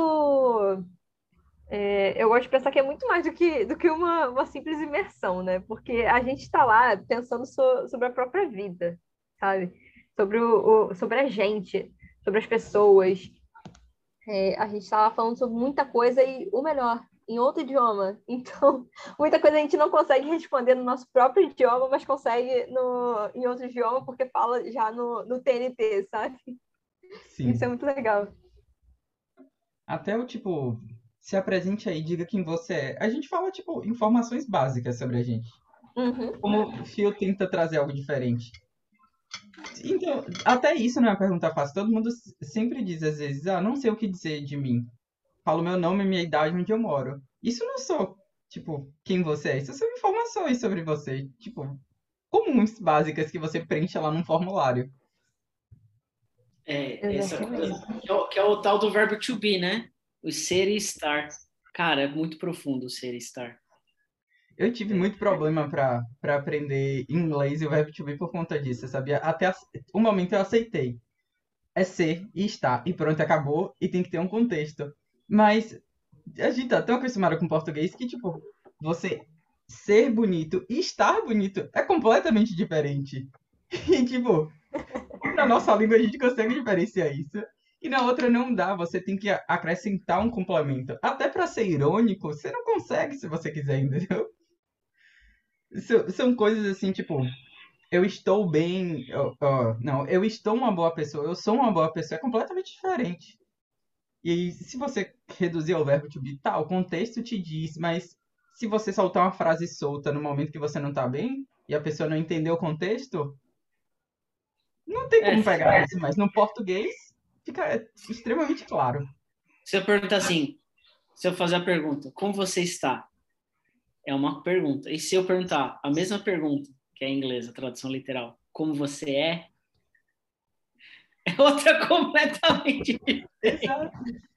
É, eu gosto de pensar que é muito mais do que, do que uma, uma simples imersão, né? Porque a gente está lá pensando so- sobre a própria vida, sabe? Sobre, o, o- sobre a gente, sobre as pessoas. É, a gente estava falando sobre muita coisa e, o melhor, em outro idioma. Então, muita coisa a gente não consegue responder no nosso próprio idioma, mas consegue no, em outro idioma porque fala já no, no T N T, sabe? Isso é Sim. muito legal. Até o tipo, se apresente aí, diga quem você é. A gente fala, tipo, informações básicas sobre a gente. Uhum. Como o Fio tenta trazer algo diferente. Então, até isso não é uma pergunta fácil. Todo mundo s- sempre diz às vezes, ah, não sei o que dizer de mim. Falo meu nome, minha idade, onde eu moro. Isso não sou, tipo, quem você é. Isso são informações sobre você, tipo, comuns, básicas que você preenche lá num formulário. É, essa coisa, Exatamente. que é, o, que é o tal do verbo to be, né? O ser e estar. Cara, é muito profundo o ser e estar. Eu tive muito problema para para aprender inglês e o verbo to be por conta disso, sabia? Até ace- o momento eu aceitei. É ser e estar, e pronto, acabou, e tem que ter um contexto. Mas a gente tá tão acostumado com português que, tipo, você ser bonito e estar bonito é completamente diferente. E, tipo, na nossa língua a gente consegue diferenciar isso. E na outra não dá, você tem que a- acrescentar um complemento. Até pra ser irônico, você não consegue se você quiser, entendeu? São, são coisas assim, tipo, eu estou bem, ó, ó, não, eu estou uma boa pessoa, eu sou uma boa pessoa, é completamente diferente. E aí, se você reduzir o verbo to be, tá, o contexto te diz, mas se você soltar uma frase solta no momento que você não tá bem, e a pessoa não entendeu o contexto, não tem É, como se pegar isso, mas no português fica extremamente claro. eu perguntar assim, se eu fazer a pergunta, como você está? é uma pergunta. E se eu perguntar a mesma pergunta, que é em inglês, a tradução literal, como você é, é outra completamente diferente. Exato.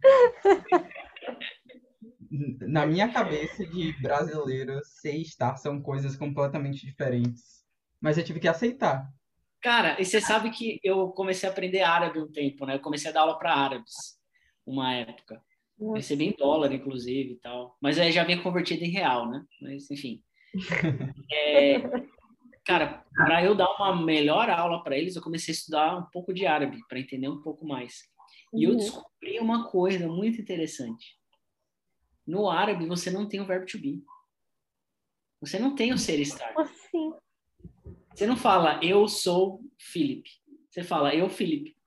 Na minha cabeça de brasileiro, ser e estar são coisas completamente diferentes. Mas eu tive que aceitar. Cara, e você sabe que eu comecei a aprender árabe um tempo, né? Eu comecei a dar aula para árabes uma época. Eu Nossa. recebi em dólar, inclusive, e tal. Mas aí já vinha convertido em real, né? Mas, enfim. É, cara, para eu dar uma melhor aula para eles, eu comecei a estudar um pouco de árabe, para entender um pouco mais. E eu Uhum. descobri uma coisa muito interessante. No árabe, você não tem o verbo to be. Você não tem o ser estar. Assim. Você não fala, eu sou Felipe. Você fala, eu, Felipe.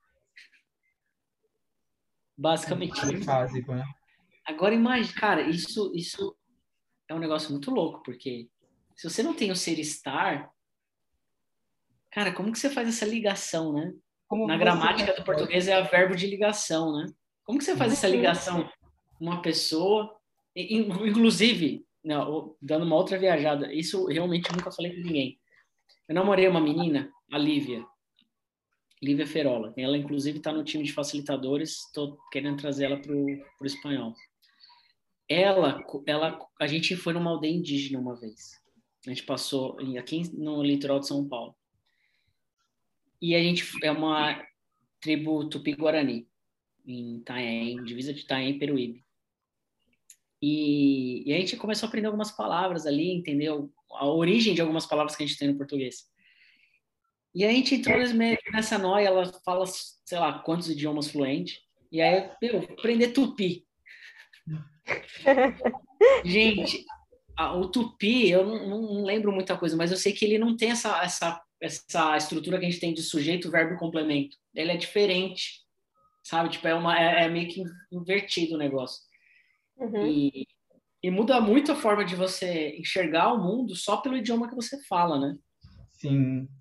Basicamente Bem isso. básico, né? Agora imagine, cara, isso, isso é um negócio muito louco, porque se você não tem o ser estar, cara, como que você faz essa ligação, né? Na Como você gramática do repete? português é a verbo de ligação, né? Como que você faz essa Uhum. ligação com uma pessoa, e- in- inclusive, não, dando uma outra viajada, isso realmente eu nunca falei com ninguém. Eu namorei uma menina, a Lívia, Lívia Ferola. Ela, inclusive, está no time de facilitadores, estou querendo trazer ela para o espanhol. Ela, ela, a gente foi numa aldeia indígena uma vez. A gente passou em- aqui no litoral de São Paulo. E a gente é uma tribo Tupi-Guarani, em Itanhaém, divisa de Itanhaém e Peruíbe. E, e a gente começou a aprender algumas palavras ali, entendeu? A origem de algumas palavras que a gente tem no português. E a gente entrou meio que nessa noia, ela fala, sei lá, quantos idiomas fluentes. E aí, meu, aprender tupi. Gente, a- o tupi, eu não, não lembro muita coisa, mas eu sei que ele não tem essa, essa, essa estrutura que a gente tem de sujeito, verbo e complemento. Ele é diferente, sabe? Tipo, é, uma, é, é meio que invertido o negócio. Uhum. E, e muda muito a forma de você enxergar o mundo só pelo idioma que você fala, né? Sim.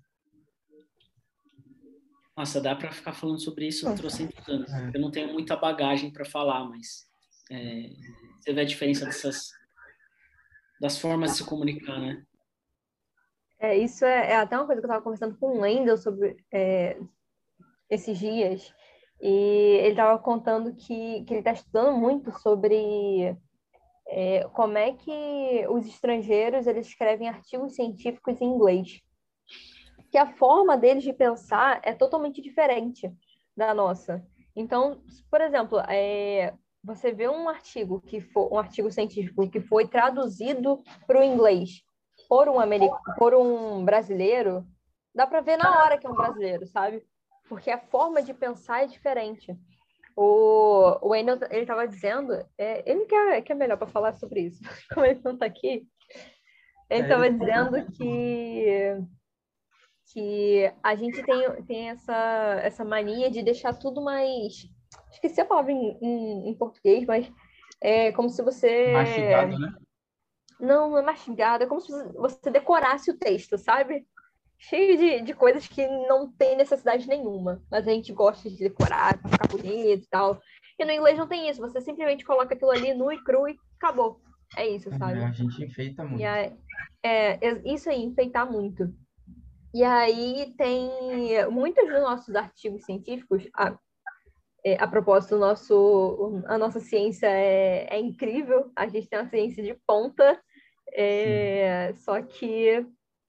Nossa, dá para ficar falando sobre isso trocentos anos. É. Eu não tenho muita bagagem para falar, mas é, você vê a diferença dessas das formas de se comunicar, né? É, isso é, é até uma coisa que eu estava conversando com o Wendel sobre é, esses dias. E ele estava contando que, que ele está estudando muito sobre é, como é que os estrangeiros eles escrevem artigos científicos em inglês. Que a forma deles de pensar é totalmente diferente da nossa. Então, por exemplo, é, você vê um artigo que for um artigo científico que foi traduzido para o inglês por um americano, por um brasileiro, dá para ver na hora que é um brasileiro, sabe? Porque a forma de pensar é diferente. O, o Wendel, ele estava dizendo, é, ele que é, que é melhor para falar sobre isso, como ele não está aqui, ele É, ele estava ficou dizendo muito bom. que que a gente tem, tem essa, essa mania de deixar tudo mais. Esqueci a palavra em, em, em português, mas é como se você. Mastigado, né? Não, não é mastigado, é como se você decorasse o texto, sabe? Cheio de, de coisas que não tem necessidade nenhuma, mas a gente gosta de decorar para ficar bonito e tal. E no inglês não tem isso, você simplesmente coloca aquilo ali nu e cru e acabou. É isso, É, sabe? a gente enfeita E muito. aí, é, isso aí, enfeitar muito. E aí tem muitos dos nossos artigos científicos, a, é, a propósito, o nosso, a nossa ciência é, é incrível, a gente tem uma ciência de ponta, Sim. é, só que,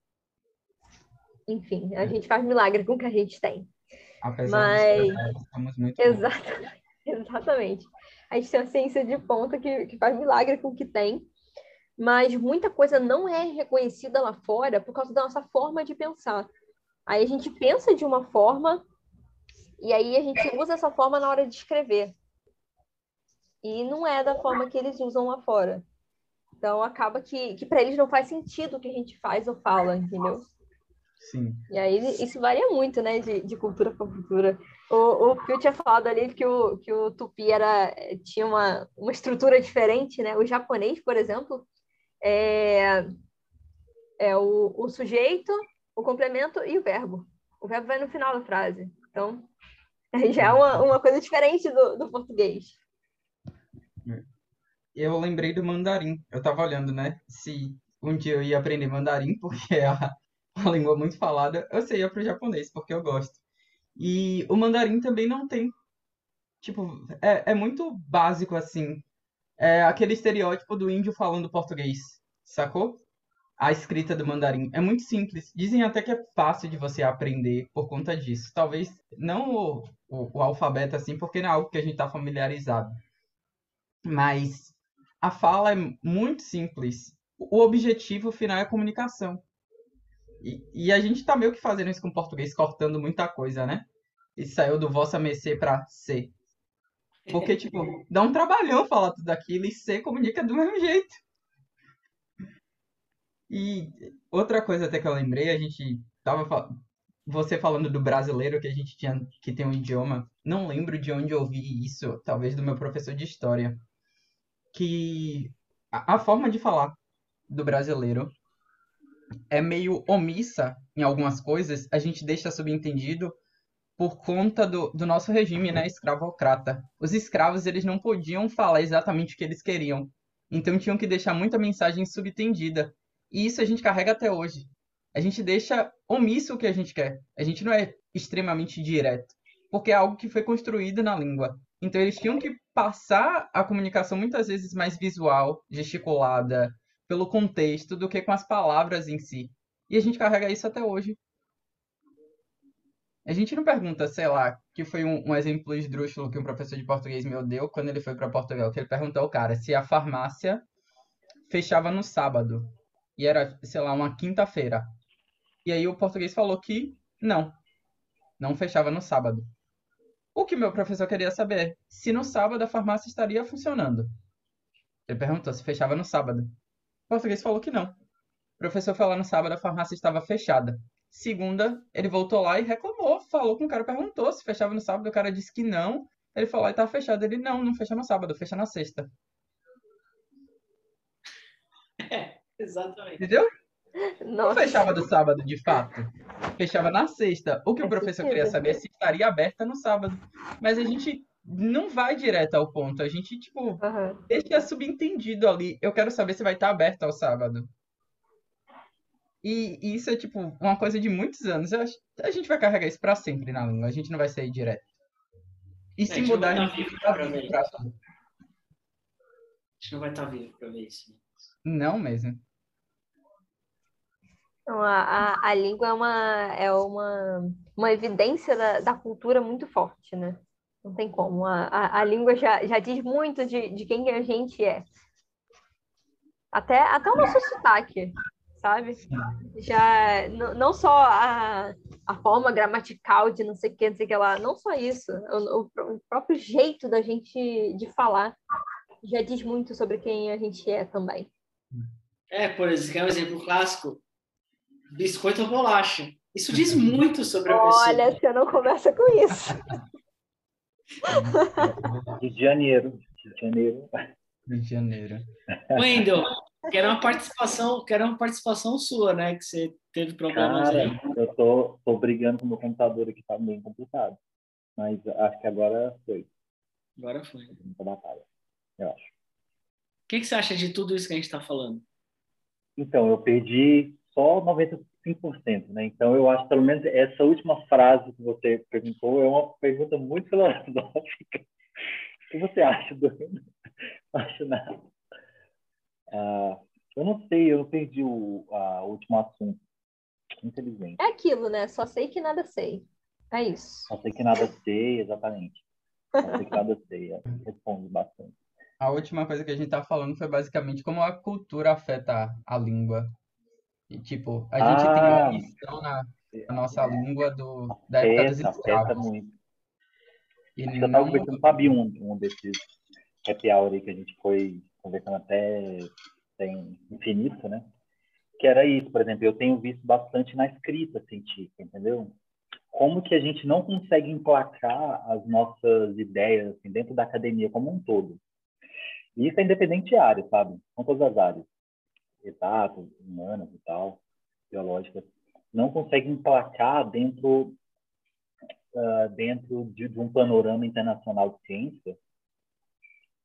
enfim, a É. gente faz milagre com o que a gente tem. Apesar dos Mas, pesares, estamos muito bons. exatamente, exatamente. A gente tem uma ciência de ponta que, que faz milagre com o que tem, mas muita coisa não é reconhecida lá fora por causa da nossa forma de pensar. Aí a gente pensa de uma forma e aí a gente usa essa forma na hora de escrever. E não é da forma que eles usam lá fora. Então acaba que, que para eles não faz sentido o que a gente faz ou fala, entendeu? Sim. E aí isso varia muito, né, de, de cultura para cultura. O, o Phil tinha falado ali que o, que o tupi era, tinha uma, uma estrutura diferente, né? O japonês, por exemplo, é, é o, o sujeito, o complemento e o verbo. O verbo vai no final da frase. Então, já é uma, uma coisa diferente do, do português. eu lembrei do mandarim. Eu tava olhando, né? Se um dia eu ia aprender mandarim, porque é a, a língua muito falada, eu sei, ia pro japonês, porque eu gosto. E o mandarim também não tem, tipo, é, é muito básico assim. É aquele estereótipo do índio falando português, sacou? A escrita do mandarim é muito simples. Dizem até que é fácil de você aprender por conta disso. Talvez não o, o, o alfabeto assim, porque não é algo que a gente está familiarizado. Mas a fala é muito simples. O objetivo final é a comunicação. E, e a gente tá meio que fazendo isso com o português, cortando muita coisa, né? E saiu do vossa mercê para ser. Porque, tipo, dá um trabalhão falar tudo aquilo e ser comunica do mesmo jeito. E outra coisa até que eu lembrei, a gente tava fa- você falando do brasileiro que a gente tinha que tem um idioma, não lembro de onde eu ouvi isso, talvez do meu professor de história, que a, a forma de falar do brasileiro é meio omissa em algumas coisas, a gente deixa subentendido por conta do, do nosso regime, né, escravocrata. Os escravos, eles não podiam falar exatamente o que eles queriam. Então tinham que deixar muita mensagem subtendida. E isso a gente carrega até hoje. A gente deixa omisso o que a gente quer. A gente não é extremamente direto, porque é algo que foi construído na língua. Então eles tinham que passar a comunicação muitas vezes mais visual, gesticulada, pelo contexto, do que com as palavras em si. E a gente carrega isso até hoje. A gente não pergunta, sei lá, que foi um, um exemplo esdrúxulo que um professor de português meu deu quando ele foi para Portugal, que ele perguntou ao cara se a farmácia fechava no sábado. E era, sei lá, uma quinta-feira. E aí o português falou que não, não fechava no sábado. O que meu professor queria saber, se no sábado a farmácia estaria funcionando. Ele perguntou se fechava no sábado. O português falou que não. O professor foi lá no sábado, a farmácia estava fechada. Segunda, ele voltou lá e reclamou, falou com o cara, perguntou se fechava no sábado, o cara disse que não. Ele falou, e tá fechado. Ele, não, não fecha no sábado, fecha na sexta. É, exatamente. Entendeu? Não Nossa, fechava no sábado, de fato. Fechava na sexta. O que o faz professor queria sentido. saber é se estaria aberta no sábado. Mas a gente não vai direto ao ponto. A gente, tipo, Aham. deixa subentendido ali. Eu quero saber se vai estar aberta ao sábado. E, e isso é, tipo, uma coisa de muitos anos. Eu acho, a gente vai carregar isso pra sempre na língua. A gente não vai sair direto. E É, a se gente não vai mudar, a estar gente vivo, vai né, estar pra vivo ver pra isso. tudo. A gente não vai estar vivo pra ver isso. Não mesmo. Então, a, a, a língua é uma, é uma, uma evidência da, da cultura muito forte, né? Não tem como. A, a, a língua já, já diz muito de, de quem a gente é. Até, até o nosso sotaque, sabe? Já, n- não só a, a forma gramatical de não sei o que, não sei o que lá, não só isso. O, o, o próprio jeito da gente de falar já diz muito sobre quem a gente é também. É, por exemplo, quer um exemplo clássico? Biscoito ou bolacha. Isso diz muito sobre a pessoa. Olha, você não começa com isso. Rio de Janeiro. Rio de Janeiro. Rio de Janeiro. Wendel, quero uma participação, quero uma participação sua, né? Que você teve problemas Cara, aí. eu tô, tô brigando com o meu computador aqui, tá bem complicado. Mas acho que agora foi. Agora foi. O Muita batalha, eu acho. que que você acha de tudo isso que a gente está falando? Então, eu perdi só noventa e cinco por cento, né? Então, eu acho, pelo menos, essa última frase que você perguntou é uma pergunta muito filosófica. O que você acha do... Não acho nada. Ah, eu não sei, eu perdi o a, o último assunto, infelizmente. É aquilo, né? Só sei que nada sei. É isso. Só sei que nada sei, exatamente. Só sei que nada sei, é, responde bastante. A última coisa que a gente tá falando foi basicamente como a cultura afeta a língua. E, tipo, a gente tem uma Ah, missão na, na nossa língua do, da época dos afeta, afeta escravos. muito. E Acho que eu estava não. conversando com a Bia, um, um desses happy hour aí que a gente foi conversando até tem infinito, né? Que era isso, por exemplo, eu tenho visto bastante na escrita científica, entendeu? Como que a gente não consegue emplacar as nossas ideias assim, dentro da academia como um todo. E isso é independente de área, sabe? São todas as áreas, exatas, humanas e tal, biológicas. Não consegue emplacar dentro, uh, dentro de, de um panorama internacional de ciência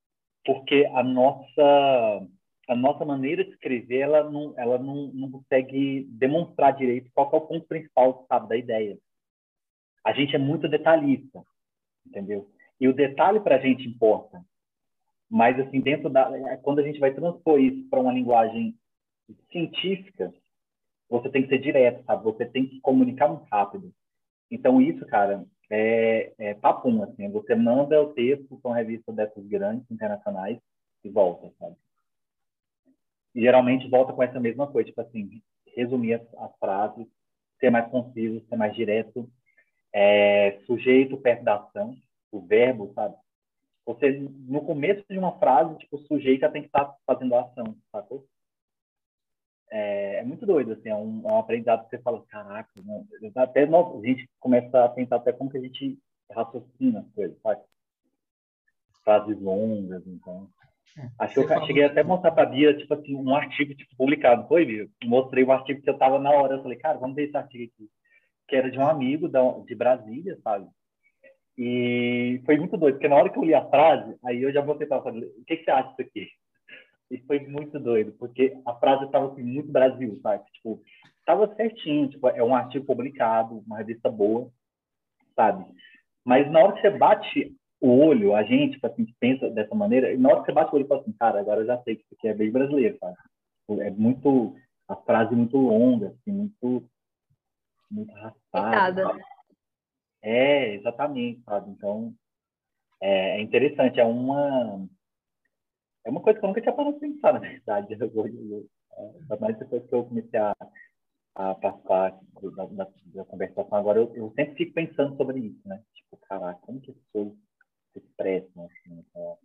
porque a nossa a nossa maneira de escrever, ela não ela não, não consegue demonstrar direito qual que é o ponto principal, sabe, da ideia. A gente é muito detalhista, entendeu? E o detalhe para a gente importa. Mas, assim, dentro da... Quando a gente vai transpor isso para uma linguagem científica, você tem que ser direto, sabe? Você tem que comunicar muito rápido. Então, isso, cara, é, é papum, assim. Você manda o texto para uma revista dessas grandes, internacionais, e volta, sabe? E, geralmente, volta com essa mesma coisa, tipo assim, resumir as, as frases, ser mais conciso, ser mais direto, é, sujeito perto da ação, o verbo, sabe? Você, no começo de uma frase, tipo, o sujeito já tem que estar fazendo a ação, sacou? É, é muito doido, assim, é um, é um aprendizado que você fala, caraca, não, até nós, a gente começa a pensar até como que a gente raciocina as coisas, sabe? Frases longas, então. É, Acho que você eu cheguei falou. até a mostrar pra Bia, tipo assim, um artigo tipo, publicado, foi, Bia? Mostrei um artigo que eu tava na hora, eu falei, cara, vamos ver esse artigo aqui. Que era de um amigo da, de Brasília, sabe? E foi muito doido, porque na hora que eu li a frase, aí eu já vou tentar falar, o que, que você acha disso aqui? E foi muito doido, porque a frase estava assim, muito Brasil, sabe? Tipo, estava certinho, tipo, é um artigo publicado, uma revista boa, sabe? Mas na hora que você bate o olho, a gente, tipo assim, que pensa dessa maneira, e na hora que você bate o olho e fala assim, cara, agora eu já sei que isso aqui é bem brasileiro, sabe? Tipo, é muito, a frase é muito longa, assim, muito, muito arrastada, Pitada. sabe? É, exatamente, sabe? Então, é, é interessante, é uma, é uma coisa que eu nunca tinha parado de pensar, na verdade. Eu, eu, eu, é, mais depois que eu comecei a a participar da, da, da conversação. Agora, eu, eu sempre fico pensando sobre isso, né? Tipo, caraca, como que as pessoas se expressam, assim, é,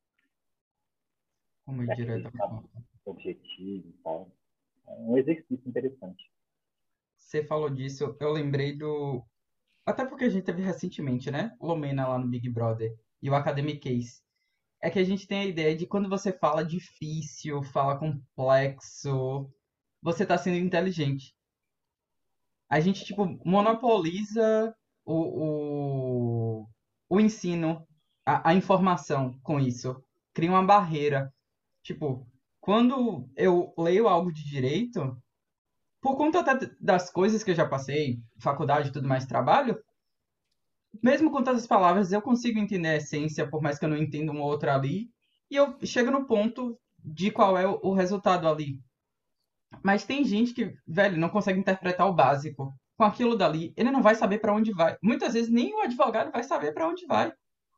Como direto daquele, ao sabe, ponto. objetivo e tal. É um exercício interessante. Você falou disso, eu lembrei do. Até porque a gente teve recentemente, né? Lumena lá no Big Brother e o Academic Case. É que a gente tem a ideia de quando você fala difícil, fala complexo, você tá sendo inteligente. A gente, tipo, monopoliza o, o, o ensino, a, a informação com isso. Cria uma barreira. Tipo, quando eu leio algo de direito, por conta até das coisas que eu já passei, faculdade e tudo mais, trabalho, mesmo com tantas palavras, eu consigo entender a essência, por mais que eu não entenda uma outra ali, e eu chego no ponto de qual é o, o resultado ali. Mas tem gente que, velho, não consegue interpretar o básico. Com aquilo dali, ele não vai saber para onde vai. Muitas vezes nem o advogado vai saber para onde vai.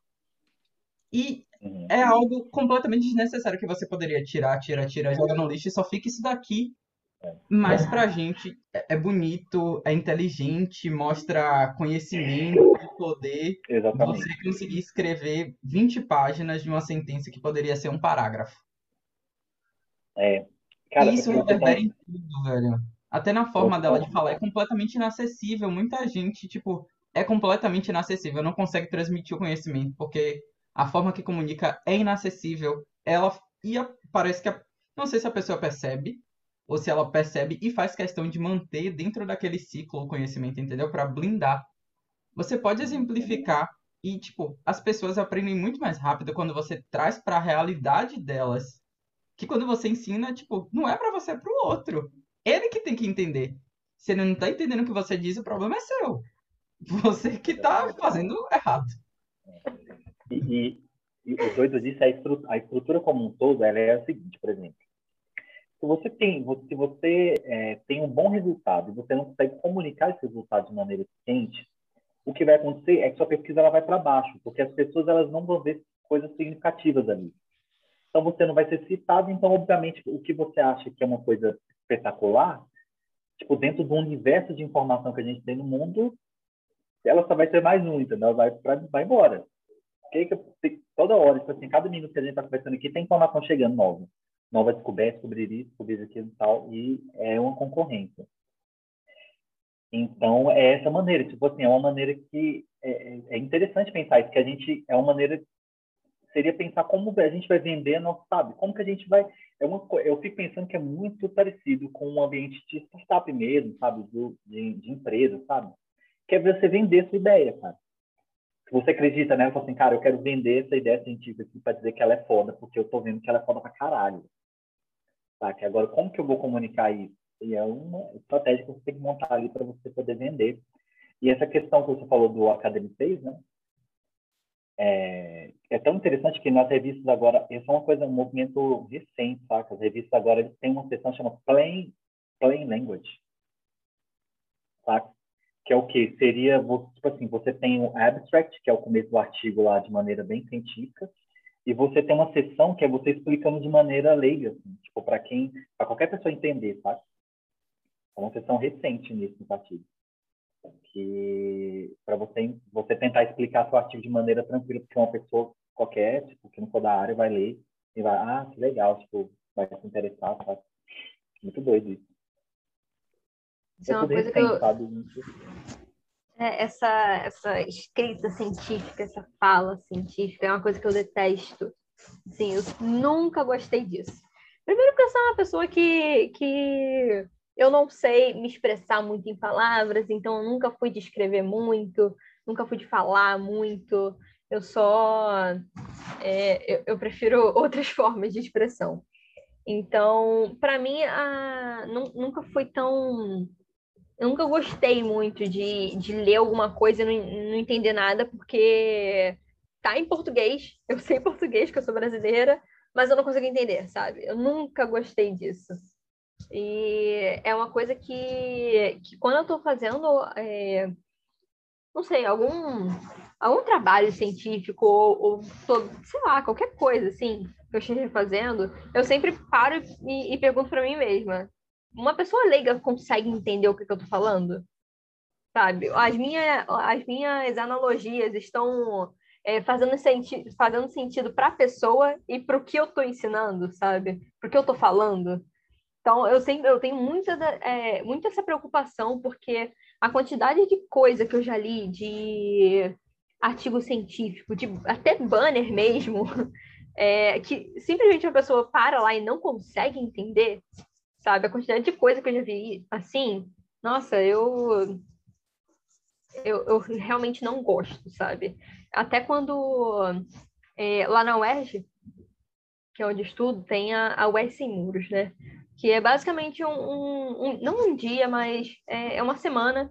E Uhum. é algo completamente desnecessário que você poderia tirar, tirar, tirar, joga no lixo e só fica isso daqui. É, Mas pra gente é é bonito, é inteligente, mostra conhecimento, poder. Você exatamente. conseguir escrever vinte páginas de uma sentença que poderia ser um parágrafo. É, E cara, isso eu, eu, reverbera em tudo, velho. Até na forma dela de eu, falar é completamente inacessível. Muita gente, tipo, é completamente inacessível, não consegue transmitir o conhecimento, porque a forma que comunica é inacessível. Ela e a- parece que a- não sei se a pessoa percebe ou se ela percebe e faz questão de manter dentro daquele ciclo o conhecimento, entendeu? Para blindar. Você pode exemplificar e, tipo, as pessoas aprendem muito mais rápido quando você traz para a realidade delas que quando você ensina, tipo, não é pra você, é pro outro. Ele que tem que entender. Se ele não tá entendendo o que você diz, o problema é seu. Você que tá exatamente. fazendo errado. E, e, e o doido disso é a estrutura, a estrutura como um todo, ela é a seguinte, por exemplo. Se você tem, se você é, tem um bom resultado e você não consegue comunicar esse resultado de maneira eficiente, o que vai acontecer é que sua pesquisa ela vai para baixo, porque as pessoas elas não vão ver coisas significativas ali. Então você não vai ser citado, então obviamente o que você acha que é uma coisa espetacular, tipo dentro do universo de informação que a gente tem no mundo, ela só vai ser mais um, entendeu? Ela vai pra, vai embora. Porque que, toda hora, tipo assim, cada minuto que a gente está conversando aqui tem informação chegando nova, nova descoberta, descobrir isso, descobrir aquilo e tal, e é uma concorrência. Então, é essa maneira, tipo assim, é uma maneira que é, é interessante pensar isso, que a gente, é uma maneira, seria pensar como a gente vai vender, não sabe? Como que a gente vai, é uma, eu fico pensando que é muito parecido com um ambiente de startup mesmo, sabe? Do, de, de empresa, sabe? Que é você vender sua ideia, cara. Se você acredita nela, fala assim, cara, eu quero vender essa ideia científica aqui para dizer que ela é foda, porque eu tô vendo que ela é foda pra caralho. Tá? Que agora, como que eu vou comunicar isso? E é uma estratégia que você tem que montar ali para você poder vender. E essa questão que você falou do Academy seis, né? É, é tão interessante que nas revistas agora, isso é uma coisa, um movimento recente, saca? As revistas agora eles têm uma seção chamada Plain, Plain Language, saca? Que é o quê? Seria, tipo assim, você tem o abstract, que é o começo do artigo lá de maneira bem científica, e você tem uma seção que é você explicando de maneira leiga, assim, tipo, para quem, para qualquer pessoa entender, sabe? É uma seção recente nisso no artigo. Que para você, você tentar explicar seu artigo de maneira tranquila, porque uma pessoa qualquer, tipo, que não for da área, vai ler e vai, ah, que legal, tipo, vai se interessar, sabe? Muito doido isso. Isso É é uma tudo coisa que recente, eu, sabe? Muito... é, essa, essa escrita científica, essa fala científica, é uma coisa que eu detesto. Sim, eu nunca gostei disso. Primeiro porque eu sou uma pessoa que, que eu não sei me expressar muito em palavras, então eu nunca fui de escrever muito, nunca fui de falar muito. Eu só... é, eu, eu prefiro outras formas de expressão. Então, para mim, a, nu- nunca foi tão... Eu nunca gostei muito de, de ler alguma coisa e não, não entender nada, porque tá em português, eu sei português, que eu sou brasileira, mas eu não consigo entender, sabe? Eu nunca gostei disso. E é uma coisa que, que quando eu tô fazendo, é, não sei, algum, algum trabalho científico ou, ou tô- sei lá, qualquer coisa assim que eu esteja fazendo, eu sempre paro e, e pergunto para mim mesma: uma pessoa leiga consegue entender o que, que eu tô falando? Sabe? As minhas, as minhas analogias estão é, fazendo, senti fazendo sentido para a pessoa e para o que eu estou ensinando, sabe? Para o que eu estou falando. Então, eu sempre eu tenho muita, da- é, muita essa preocupação, porque a quantidade de coisa que eu já li, de artigo científico, de até banner mesmo, é, que simplesmente a pessoa para lá e não consegue entender, sabe? A quantidade de coisa que eu já vi, assim, nossa, eu eu, eu realmente não gosto, sabe? Até quando é, lá na U E R J, que é onde eu estudo, tem a, a U E R J Sem Muros, né? Que é basicamente um, um- um- não um dia, mas é, é uma semana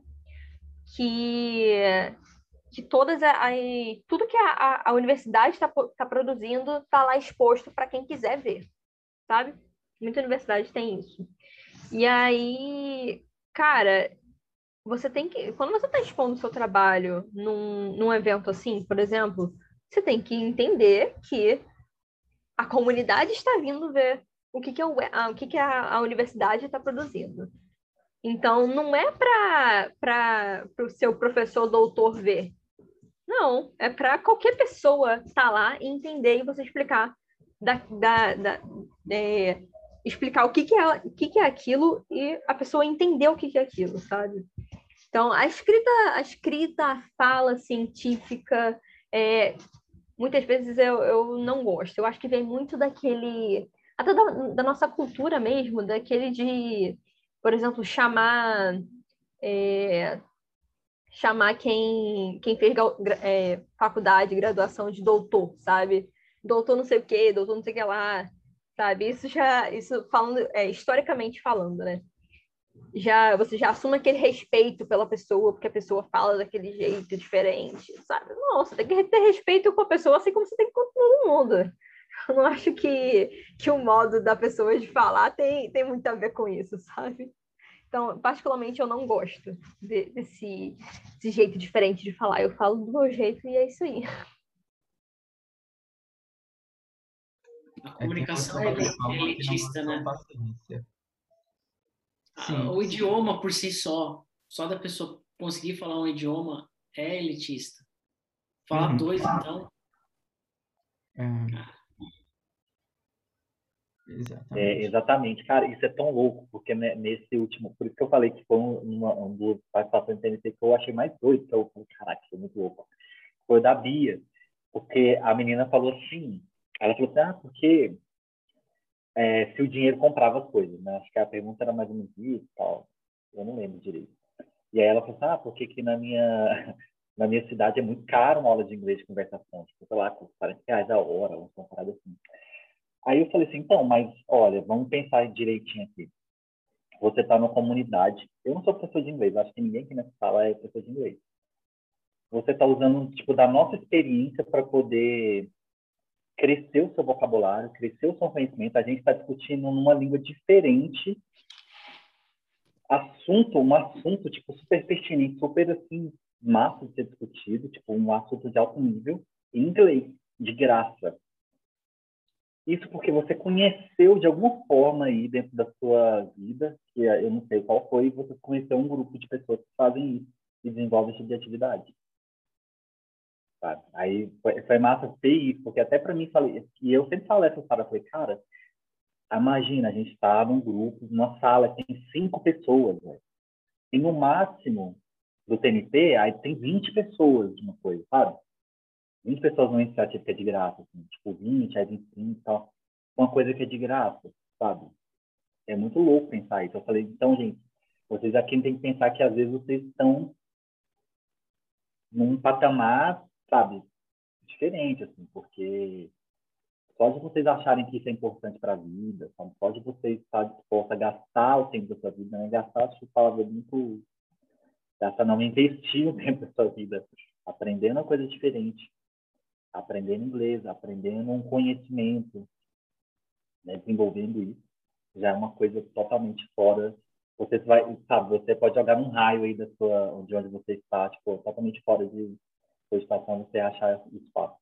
que, que todas as, tudo que a, a, a universidade está tá produzindo está lá exposto para quem quiser ver, sabe? Muita universidade tem isso. E aí, cara, você tem que, quando você está expondo o seu trabalho num, num evento assim, por exemplo, você tem que entender que a comunidade está vindo ver o que, que, é o, a, o que, que a, a universidade está produzindo. Então, não é para o seu professor doutor ver. Não, é para qualquer pessoa estar tá lá e entender e você explicar da, da, da é, explicar o que, que, é, o que, que é aquilo e a pessoa entender o que, que é aquilo, sabe? Então, a escrita, a escrita, a fala científica, é, muitas vezes eu, eu não gosto. Eu acho que vem muito daquele, até da, da nossa cultura mesmo, daquele de, por exemplo, chamar, é, chamar quem, quem fez é, faculdade, graduação de doutor, sabe? Doutor não sei o quê, doutor não sei o que lá, sabe? Isso já, isso falando, é, historicamente falando, né? Já você já assume aquele respeito pela pessoa, porque a pessoa fala daquele jeito diferente, sabe? Não, você tem que ter respeito com a pessoa assim como você tem com todo mundo. Eu não acho que, que o modo da pessoa de falar tem, tem muito a ver com isso, sabe? Então, particularmente, eu não gosto de, desse, desse jeito diferente de falar. Eu falo do meu jeito e é isso aí. A É, tem comunicação muita é gente ele- calma que não elitista, gostou né? paciência. Ah, Sim, o idioma por si só, só da pessoa conseguir falar um idioma é elitista. Falar uhum. dois, então, É, cara, É, exatamente. exatamente, cara, isso é tão louco, porque né, nesse último, por isso que eu falei que foi uma, um dos participações do T N T que eu achei mais doido, que eu falei, caraca, isso é muito louco. Foi o da Bia, porque a menina falou assim, ela falou assim, ah, porque é, se o dinheiro comprava as coisas, né? Acho que a pergunta era mais ou menos isso e tal, eu não lembro direito. E aí ela falou assim, ah, porque que na minha, na minha cidade é muito caro uma aula de inglês de conversação, tipo, sei lá, custa quarenta reais a hora, uma parada assim. Aí eu falei assim, então, mas olha, vamos pensar direitinho aqui. Você está numa comunidade, eu não sou professor de inglês, acho que ninguém aqui nessa sala é professor de inglês. Você está usando, tipo, da nossa experiência para poder crescer o seu vocabulário, crescer o seu conhecimento. A gente está discutindo numa língua diferente, assunto, um assunto, tipo, super pertinente, super, assim, massa de ser discutido, tipo, um assunto de alto nível, em inglês, de graça. Isso porque você conheceu de alguma forma aí dentro da sua vida, que eu não sei qual foi, você conheceu um grupo de pessoas que fazem isso e desenvolvem esse tipo de atividade. Sabe? Aí foi, foi massa ter isso, porque até para mim, falei, e eu sempre falo essa história, eu falei, cara, imagina, a gente está num grupo, numa sala, tem cinco pessoas, véio. E no máximo do T N T, aí tem vinte pessoas de uma coisa, sabe? vinte pessoas numa iniciativa que é de graça, assim, tipo vinte, aí vinte e cinco e tal. Uma coisa que é de graça, sabe? É muito louco pensar isso. Eu falei, então, gente, vocês aqui têm que pensar que às vezes vocês estão num patamar, sabe, diferente, assim, porque só de vocês acharem que isso é importante para a vida, sabe? Só de vocês estar dispostos a gastar o tempo da sua vida, né? Gastar, acho que palavra muito... Gastar não, investir o tempo da sua vida, aprendendo uma coisa diferente, aprendendo inglês, aprendendo um conhecimento, né? Desenvolvendo isso, já é uma coisa totalmente fora. Você vai, sabe, você pode jogar num raio aí da sua, de onde você está, tipo, totalmente fora de cogitação, você achar isso fácil,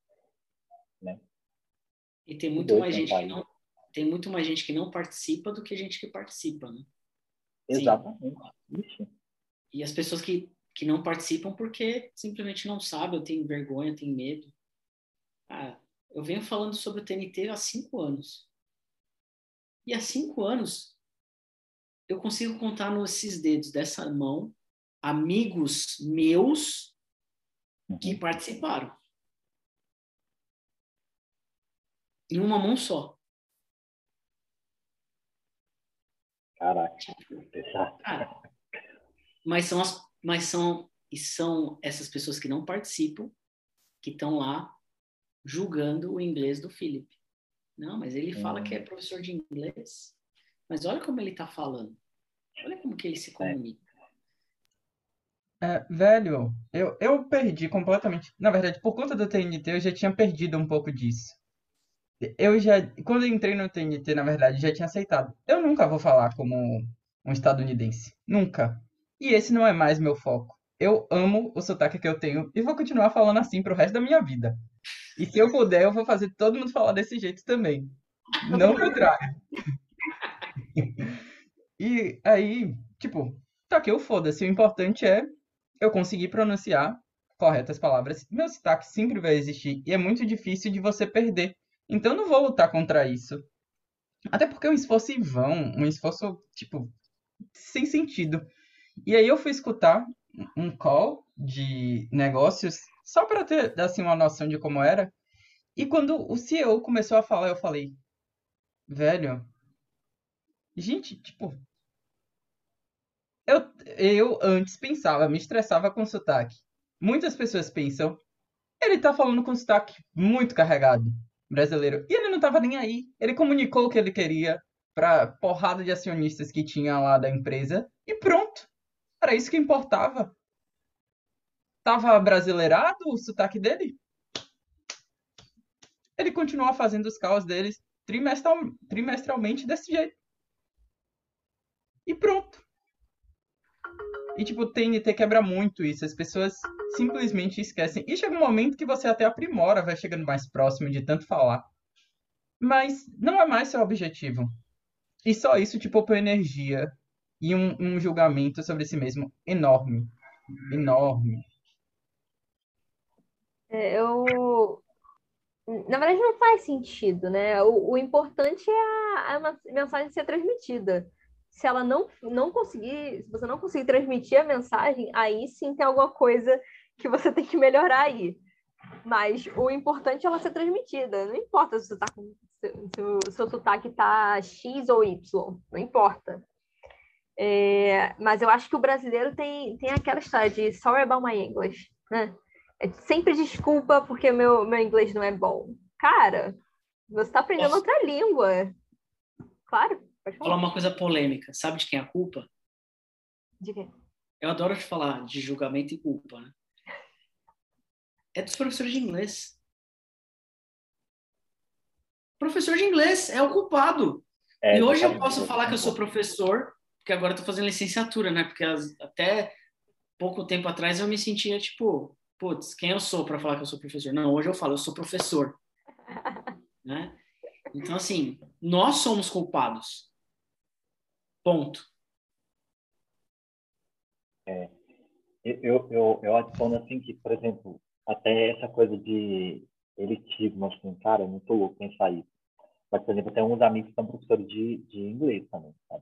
né? E tem muito Dois mais gente que isso. não tem muito mais gente que não participa do que gente que participa, né? Exatamente. Ixi. E as pessoas que, que não participam porque simplesmente não sabem, ou têm vergonha, têm medo. Ah, eu venho falando sobre o T N T há cinco anos. E há cinco anos eu consigo contar nesses dedos dessa mão amigos meus que Uhum. participaram. Em uma mão só. Caraca, exato. Ah, mas são as, mas são e são essas pessoas que não participam que estão lá julgando o inglês do Philip. Não, mas ele fala hum. que é professor de inglês. Mas olha como ele está falando. Olha como que ele se comunica. É, velho, eu, eu perdi completamente. Na verdade, por conta do T N T, eu já tinha perdido um pouco disso. Eu já, quando eu entrei no T N T, na verdade, já tinha aceitado. Eu nunca vou falar como um estadunidense. Nunca. E esse não é mais meu foco. Eu amo o sotaque que eu tenho e vou continuar falando assim pro resto da minha vida. E se eu puder, eu vou fazer todo mundo falar desse jeito também. Não o contrário. E aí, tipo, tá que eu foda-se. O importante é eu conseguir pronunciar corretas palavras. Meu sotaque sempre vai existir e é muito difícil de você perder. Então eu não vou lutar contra isso. Até porque é um esforço em vão, um esforço, tipo, sem sentido. E aí eu fui escutar um call de negócios só para ter, assim, uma noção de como era. E quando o C E O começou a falar, eu falei, velho, gente, tipo, eu, eu antes pensava, me estressava com sotaque. Muitas pessoas pensam, ele tá falando com sotaque muito carregado, brasileiro. E ele não tava nem aí. Ele comunicou o que ele queria pra porrada de acionistas que tinha lá da empresa e pronto. Era isso que importava. Tava brasileirado o sotaque dele? Ele continuou fazendo os calls deles trimestral, trimestralmente desse jeito. E pronto. E tipo, o T N T quebra muito isso. As pessoas simplesmente esquecem. E chega um momento que você até aprimora, vai chegando mais próximo de tanto falar. Mas não é mais seu objetivo. E só isso te poupa energia e um, um julgamento sobre si mesmo enorme. Enorme. É, eu. Na verdade, não faz sentido, né? O, o importante é a, a mensagem ser transmitida. Se ela não, não conseguir, se você não conseguir transmitir a mensagem, aí sim tem alguma coisa que você tem que melhorar aí. Mas o importante é ela ser transmitida. Não importa se, você tá com, se, se o seu sotaque tá X ou Y. Não importa. É, mas eu acho que o brasileiro tem, tem aquela história de sorry about my English. né? É sempre desculpa porque meu, meu inglês não é bom. Cara, você está aprendendo Posso outra língua. Claro, pode falar falar. uma coisa polêmica? Sabe de quem é a culpa? De quê? Eu adoro te falar de julgamento e culpa, né? É dos professores de inglês. Professor de inglês é o culpado. É, E hoje eu exatamente, posso eu falar que eu sou concordo. professor, porque agora eu tô fazendo licenciatura, né? Porque as- até pouco tempo atrás eu me sentia tipo, putz, quem eu sou para falar que eu sou professor? Não, hoje eu falo, eu sou professor, né? Então, assim, nós somos culpados. Ponto. É, eu, eu, eu adiciono assim que, por exemplo, até essa coisa de elitismo, assim, cara, é muito louco pensar isso. Mas, por exemplo, eu tenho uns amigos que são professores de, de inglês também, sabe?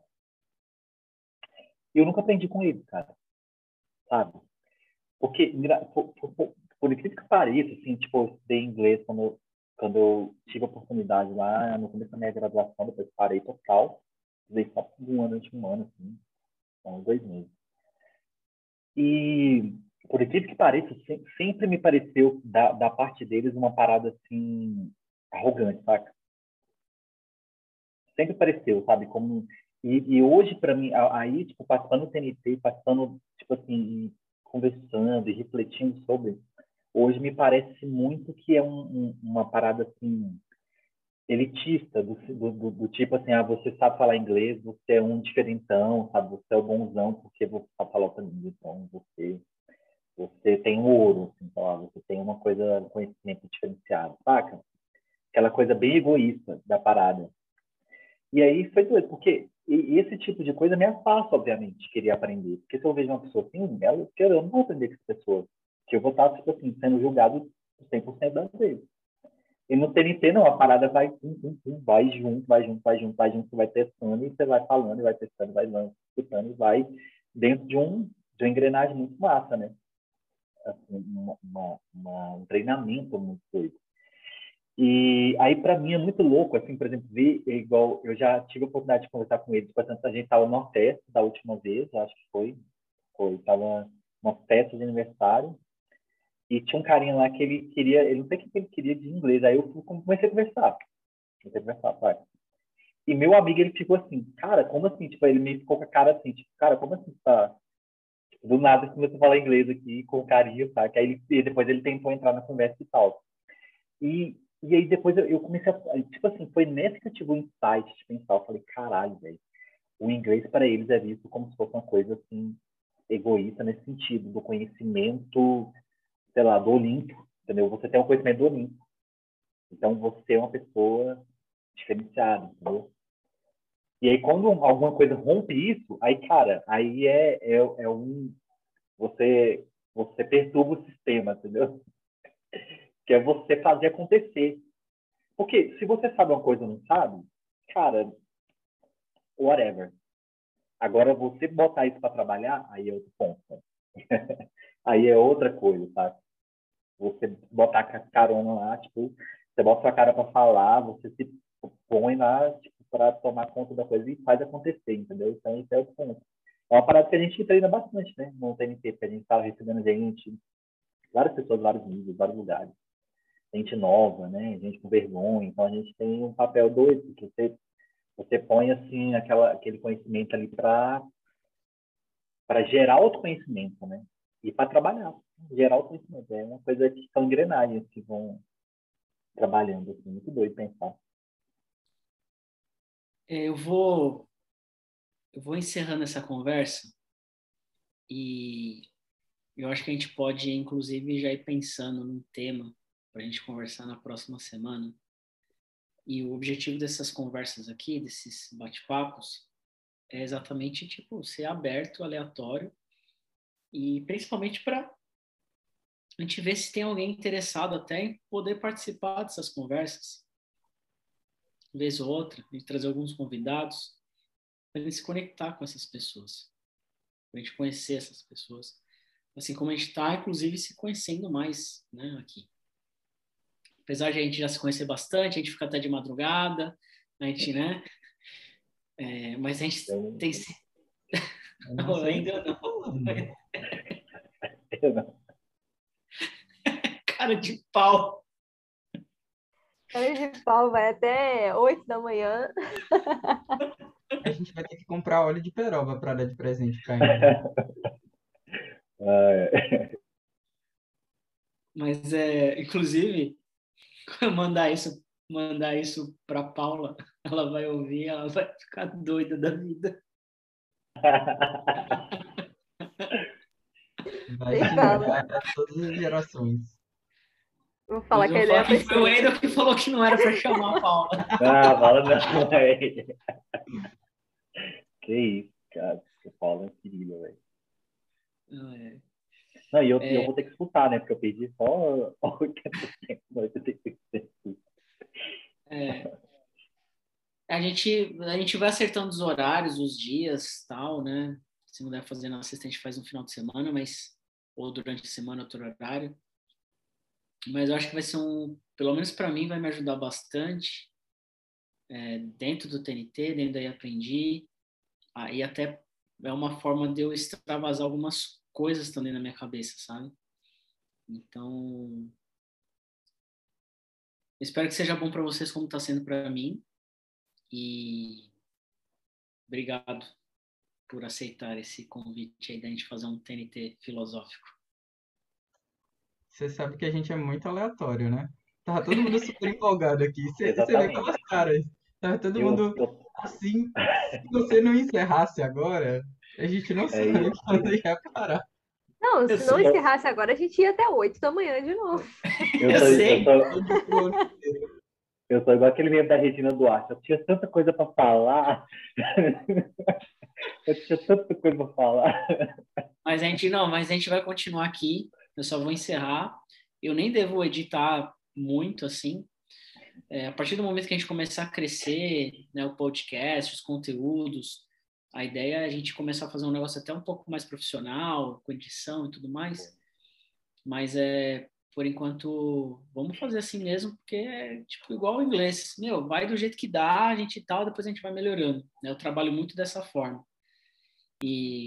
E eu nunca aprendi com eles, cara, sabe? Porque, engra- por, por, por, por incrível que pareça, assim, tipo, eu estudei inglês quando, eu- quando eu tive a oportunidade lá no começo da minha graduação, depois parei total, estudei só por um ano, de um ano, assim, uns dois meses. E, por incrível que pareça, se- sempre me pareceu, da, da parte deles, uma parada, assim, arrogante, saca? Sempre pareceu, sabe? Como... E, e hoje, para mim, a- aí, tipo, passando o T N T, passando, tipo assim, e conversando e refletindo sobre, hoje me parece muito que é um, um, uma parada, assim, elitista, do, do, do, do tipo assim, ah, você sabe falar inglês, você é um diferentão, sabe? Você é o bonzão porque você sabe falar outra língua, então você você tem um ouro, assim, então, ah, você tem uma coisa, um conhecimento diferenciado, saca? Aquela coisa bem egoísta da parada. E aí foi doido, porque esse tipo de coisa me afasta, obviamente, de querer aprender. Porque se eu vejo uma pessoa assim, ela, eu não vou aprender com essa pessoa. Que eu vou estar, tipo assim, sendo julgado cem por cento das vezes. E no T N T, não, a parada vai, tum, tum, tum, vai junto, vai junto, vai junto, vai junto, você vai testando, e você vai falando, e vai testando, vai escutando, e vai dentro de um, de uma engrenagem muito massa, né? Assim, uma, uma, uma, um treinamento muito doido. E aí, para mim, é muito louco, assim, por exemplo, ver, igual, eu já tive a oportunidade de conversar com eles, portanto, a gente estava numa festa da última vez, acho que foi, foi, estava numa festa de aniversário, e tinha um carinha lá que ele queria, ele não sei o que ele queria de inglês, aí eu comecei a conversar, comecei a conversar, pai. E meu amigo, ele ficou assim, cara, como assim? Tipo, ele me ficou com a cara assim, tipo, cara, como assim, tá? Tipo, do nada começou a falar inglês aqui, com carinho, tá? Que aí ele, e depois ele tentou entrar na conversa e tal. E, e aí depois eu, eu comecei a, tipo assim, foi nesse que eu tive o insight de pensar, eu falei, caralho, velho, o inglês para eles é visto como se fosse uma coisa, assim, egoísta nesse sentido, do conhecimento, sei lá, do Olimpo, entendeu? Você tem um conhecimento do Olimpo, então você é uma pessoa diferenciada, entendeu? E aí, quando alguma coisa rompe isso, aí, cara, aí é, é, é um. Você, você perturba o sistema, entendeu? Que é você fazer acontecer. Porque se você sabe uma coisa e não sabe, cara, whatever. Agora, você botar isso para trabalhar, aí é outro ponto. Né? Aí é outra coisa, tá? Você botar a carona lá, tipo, você bota sua cara para falar, você se põe lá, tipo, para tomar conta da coisa e faz acontecer, entendeu? Então, isso é o ponto. É uma parada que a gente treina bastante, né? No T N T, porque a gente está recebendo gente, várias pessoas, vários níveis, vários lugares. Gente nova, né? Gente com vergonha. Então, a gente tem um papel doido, porque você, você põe, assim, aquela, aquele conhecimento ali para para gerar autoconhecimento, né? E para trabalhar, gerar autoconhecimento. É uma coisa que são engrenagens que vão trabalhando, assim, muito doido pensar. É, eu vou, eu vou encerrando essa conversa e eu acho que a gente pode, inclusive, já ir pensando num tema para a gente conversar na próxima semana. E o objetivo dessas conversas aqui, desses bate-papos, é exatamente tipo ser aberto, aleatório e principalmente para a gente ver se tem alguém interessado até em poder participar dessas conversas, vez ou outra, a gente trazer alguns convidados para a gente se conectar com essas pessoas, para a gente conhecer essas pessoas, assim como a gente está, inclusive, se conhecendo mais, né, aqui. Apesar de a gente já se conhecer bastante, a gente fica até de madrugada, a gente, né, é, mas a gente Eu, tem... Eu não Não, sei o que ainda você tá não. falando. eu não. Cara de pau. Cara de pau vai até oito da manhã. A gente vai ter que comprar óleo de peroba para dar de presente para ele. Ah, Mas, é, inclusive, quando eu mandar isso, mandar isso pra Paula, ela vai ouvir, ela vai ficar doida da vida. Vai Nem fala. xingar todas as gerações. Vou falar Mas que eu a vou ideia falar foi que foi o sua. Wendel que falou que não era pra chamar a Paula. ah, fala não, velho. Que isso, cara. Você fala querida, velho. É, Não, e eu, e eu é, vou ter que escutar, né? Porque eu perdi só oitenta por cento, oitenta e cinco por cento. é, a gente, a gente vai acertando os horários, os dias, tal, né? Se não der fazer na sexta, a gente faz no final de semana, mas ou durante a semana, outro horário. Mas eu acho que vai ser um, pelo menos para mim, vai me ajudar bastante é, dentro do T N T, dentro daí aprendi. Aí até é uma forma de eu extravasar algumas coisas também na minha cabeça, sabe? Então, espero que seja bom para vocês como está sendo para mim. E obrigado por aceitar esse convite aí da gente fazer um T N T filosófico. Você sabe que a gente é muito aleatório, né? Tava todo mundo super empolgado aqui. Você, você vê Exatamente. pelas caras. Tava todo Eu, mundo eu, assim. Se você não encerrasse agora, a gente não é sabe isso. quando ia parar. Não, Eu se não Eu sei, sou, encerrasse agora, a gente ia até oito da manhã de novo. eu eu sou, eu sei. sou, Todo pro ano inteiro. eu sou igual aquele meme da Regina Duarte. Eu tinha tanta coisa para falar. Eu tinha tanta coisa para falar. Mas a gente não, mas a gente vai continuar aqui. Eu só vou encerrar. Eu nem devo editar muito assim. É, a partir do momento que a gente começar a crescer, né, o podcast, os conteúdos, a ideia é a gente começar a fazer um negócio até um pouco mais profissional, com edição e tudo mais. Mas é, por enquanto, vamos fazer assim mesmo, porque é tipo igual o inglês. Meu, vai do jeito que dá, a gente tal, depois a gente vai melhorando. Né? Eu trabalho muito dessa forma. E,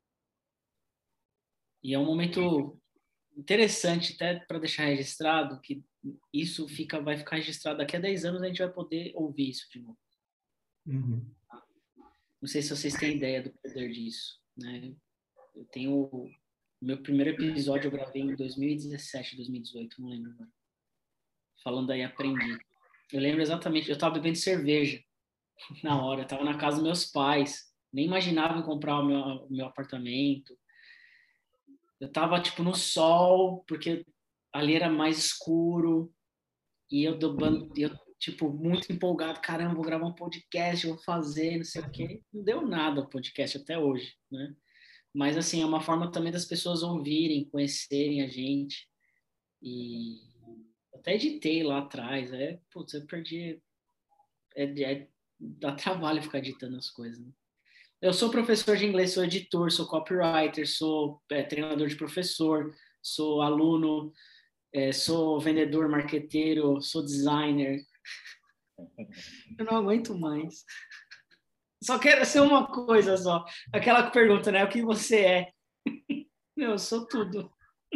e é um momento interessante até para deixar registrado que isso fica, vai ficar registrado daqui a dez anos, a gente vai poder ouvir isso de novo. Uhum. Não sei se vocês têm ideia do poder disso, né? Eu tenho o meu primeiro episódio eu gravei em dois mil e dezessete, dois mil e dezoito, não lembro agora. Falando aí aprendi. Eu lembro exatamente, eu estava bebendo cerveja na hora, eu estava na casa dos meus pais, nem imaginava em comprar o meu, o meu apartamento. Eu tava tipo no sol, porque ali era mais escuro, e eu, do, eu tipo, muito empolgado, caramba, vou gravar um podcast, vou fazer, não sei o quê. Não deu nada o podcast até hoje, né? Mas, assim, é uma forma também das pessoas ouvirem, conhecerem a gente. E até editei lá atrás. É, putz, eu perdi... É, é, dá trabalho ficar editando as coisas, né? Eu sou professor de inglês, sou editor, sou copywriter, sou é, treinador de professor, sou aluno, é, sou vendedor, marqueteiro, sou designer. Eu não aguento mais. Só quero ser uma coisa só. Aquela pergunta, né? O que você é? Meu, eu sou tudo.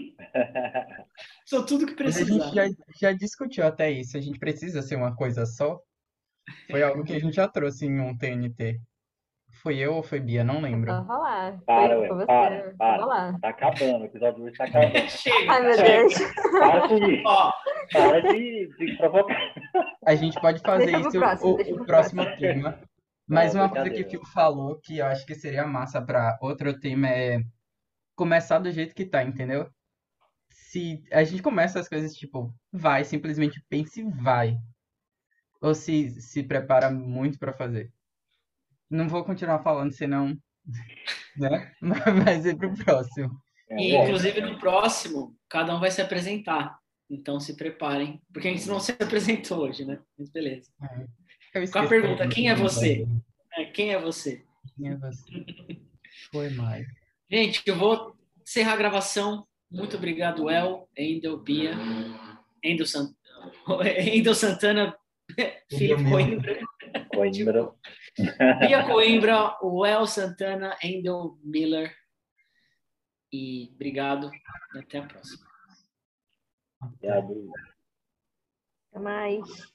Sou tudo que Mas a gente precisar. já, já discutiu até isso. A gente precisa ser uma coisa só. Foi algo que a gente já trouxe em um T N T. Foi eu ou foi Bia? Não lembro. Tava lá. Para, Foi, ué, foi para, você. Tava para. lá. Tá acabando, o episódio de hoje tá acabando. Chega, Ai, meu chega. Deus. Para com isso. Ó, Para de, de provocar. A gente pode fazer Deixa pro isso próximo, deixa o, o pro próximo próximo. tema. Mas Não, uma coisa que o brincadeira. Fio falou que eu acho que seria massa para outro tema é começar do jeito que tá, entendeu? Se a gente começa as coisas tipo, vai, simplesmente pense e vai. Ou se se prepara muito para fazer. Não vou continuar falando, senão, né? Mas é pro próximo. É e, um ótimo. inclusive no próximo, cada um vai se apresentar. Então se preparem, porque a gente não se apresentou hoje, né? Mas beleza. Eu Com a esqueço que a pergunta, gente quem é não vai você? ver. É, quem é você? Quem é você? Foi mais. Gente, eu vou encerrar a gravação. Muito obrigado, El, Endel, Bia, Endel, Sant... Endel Santana, Felipe Coimbra, Coimbra. tipo, Bia Coimbra, o El Santana, Endel Miller. E obrigado e até a próxima. Obrigado. Até mais.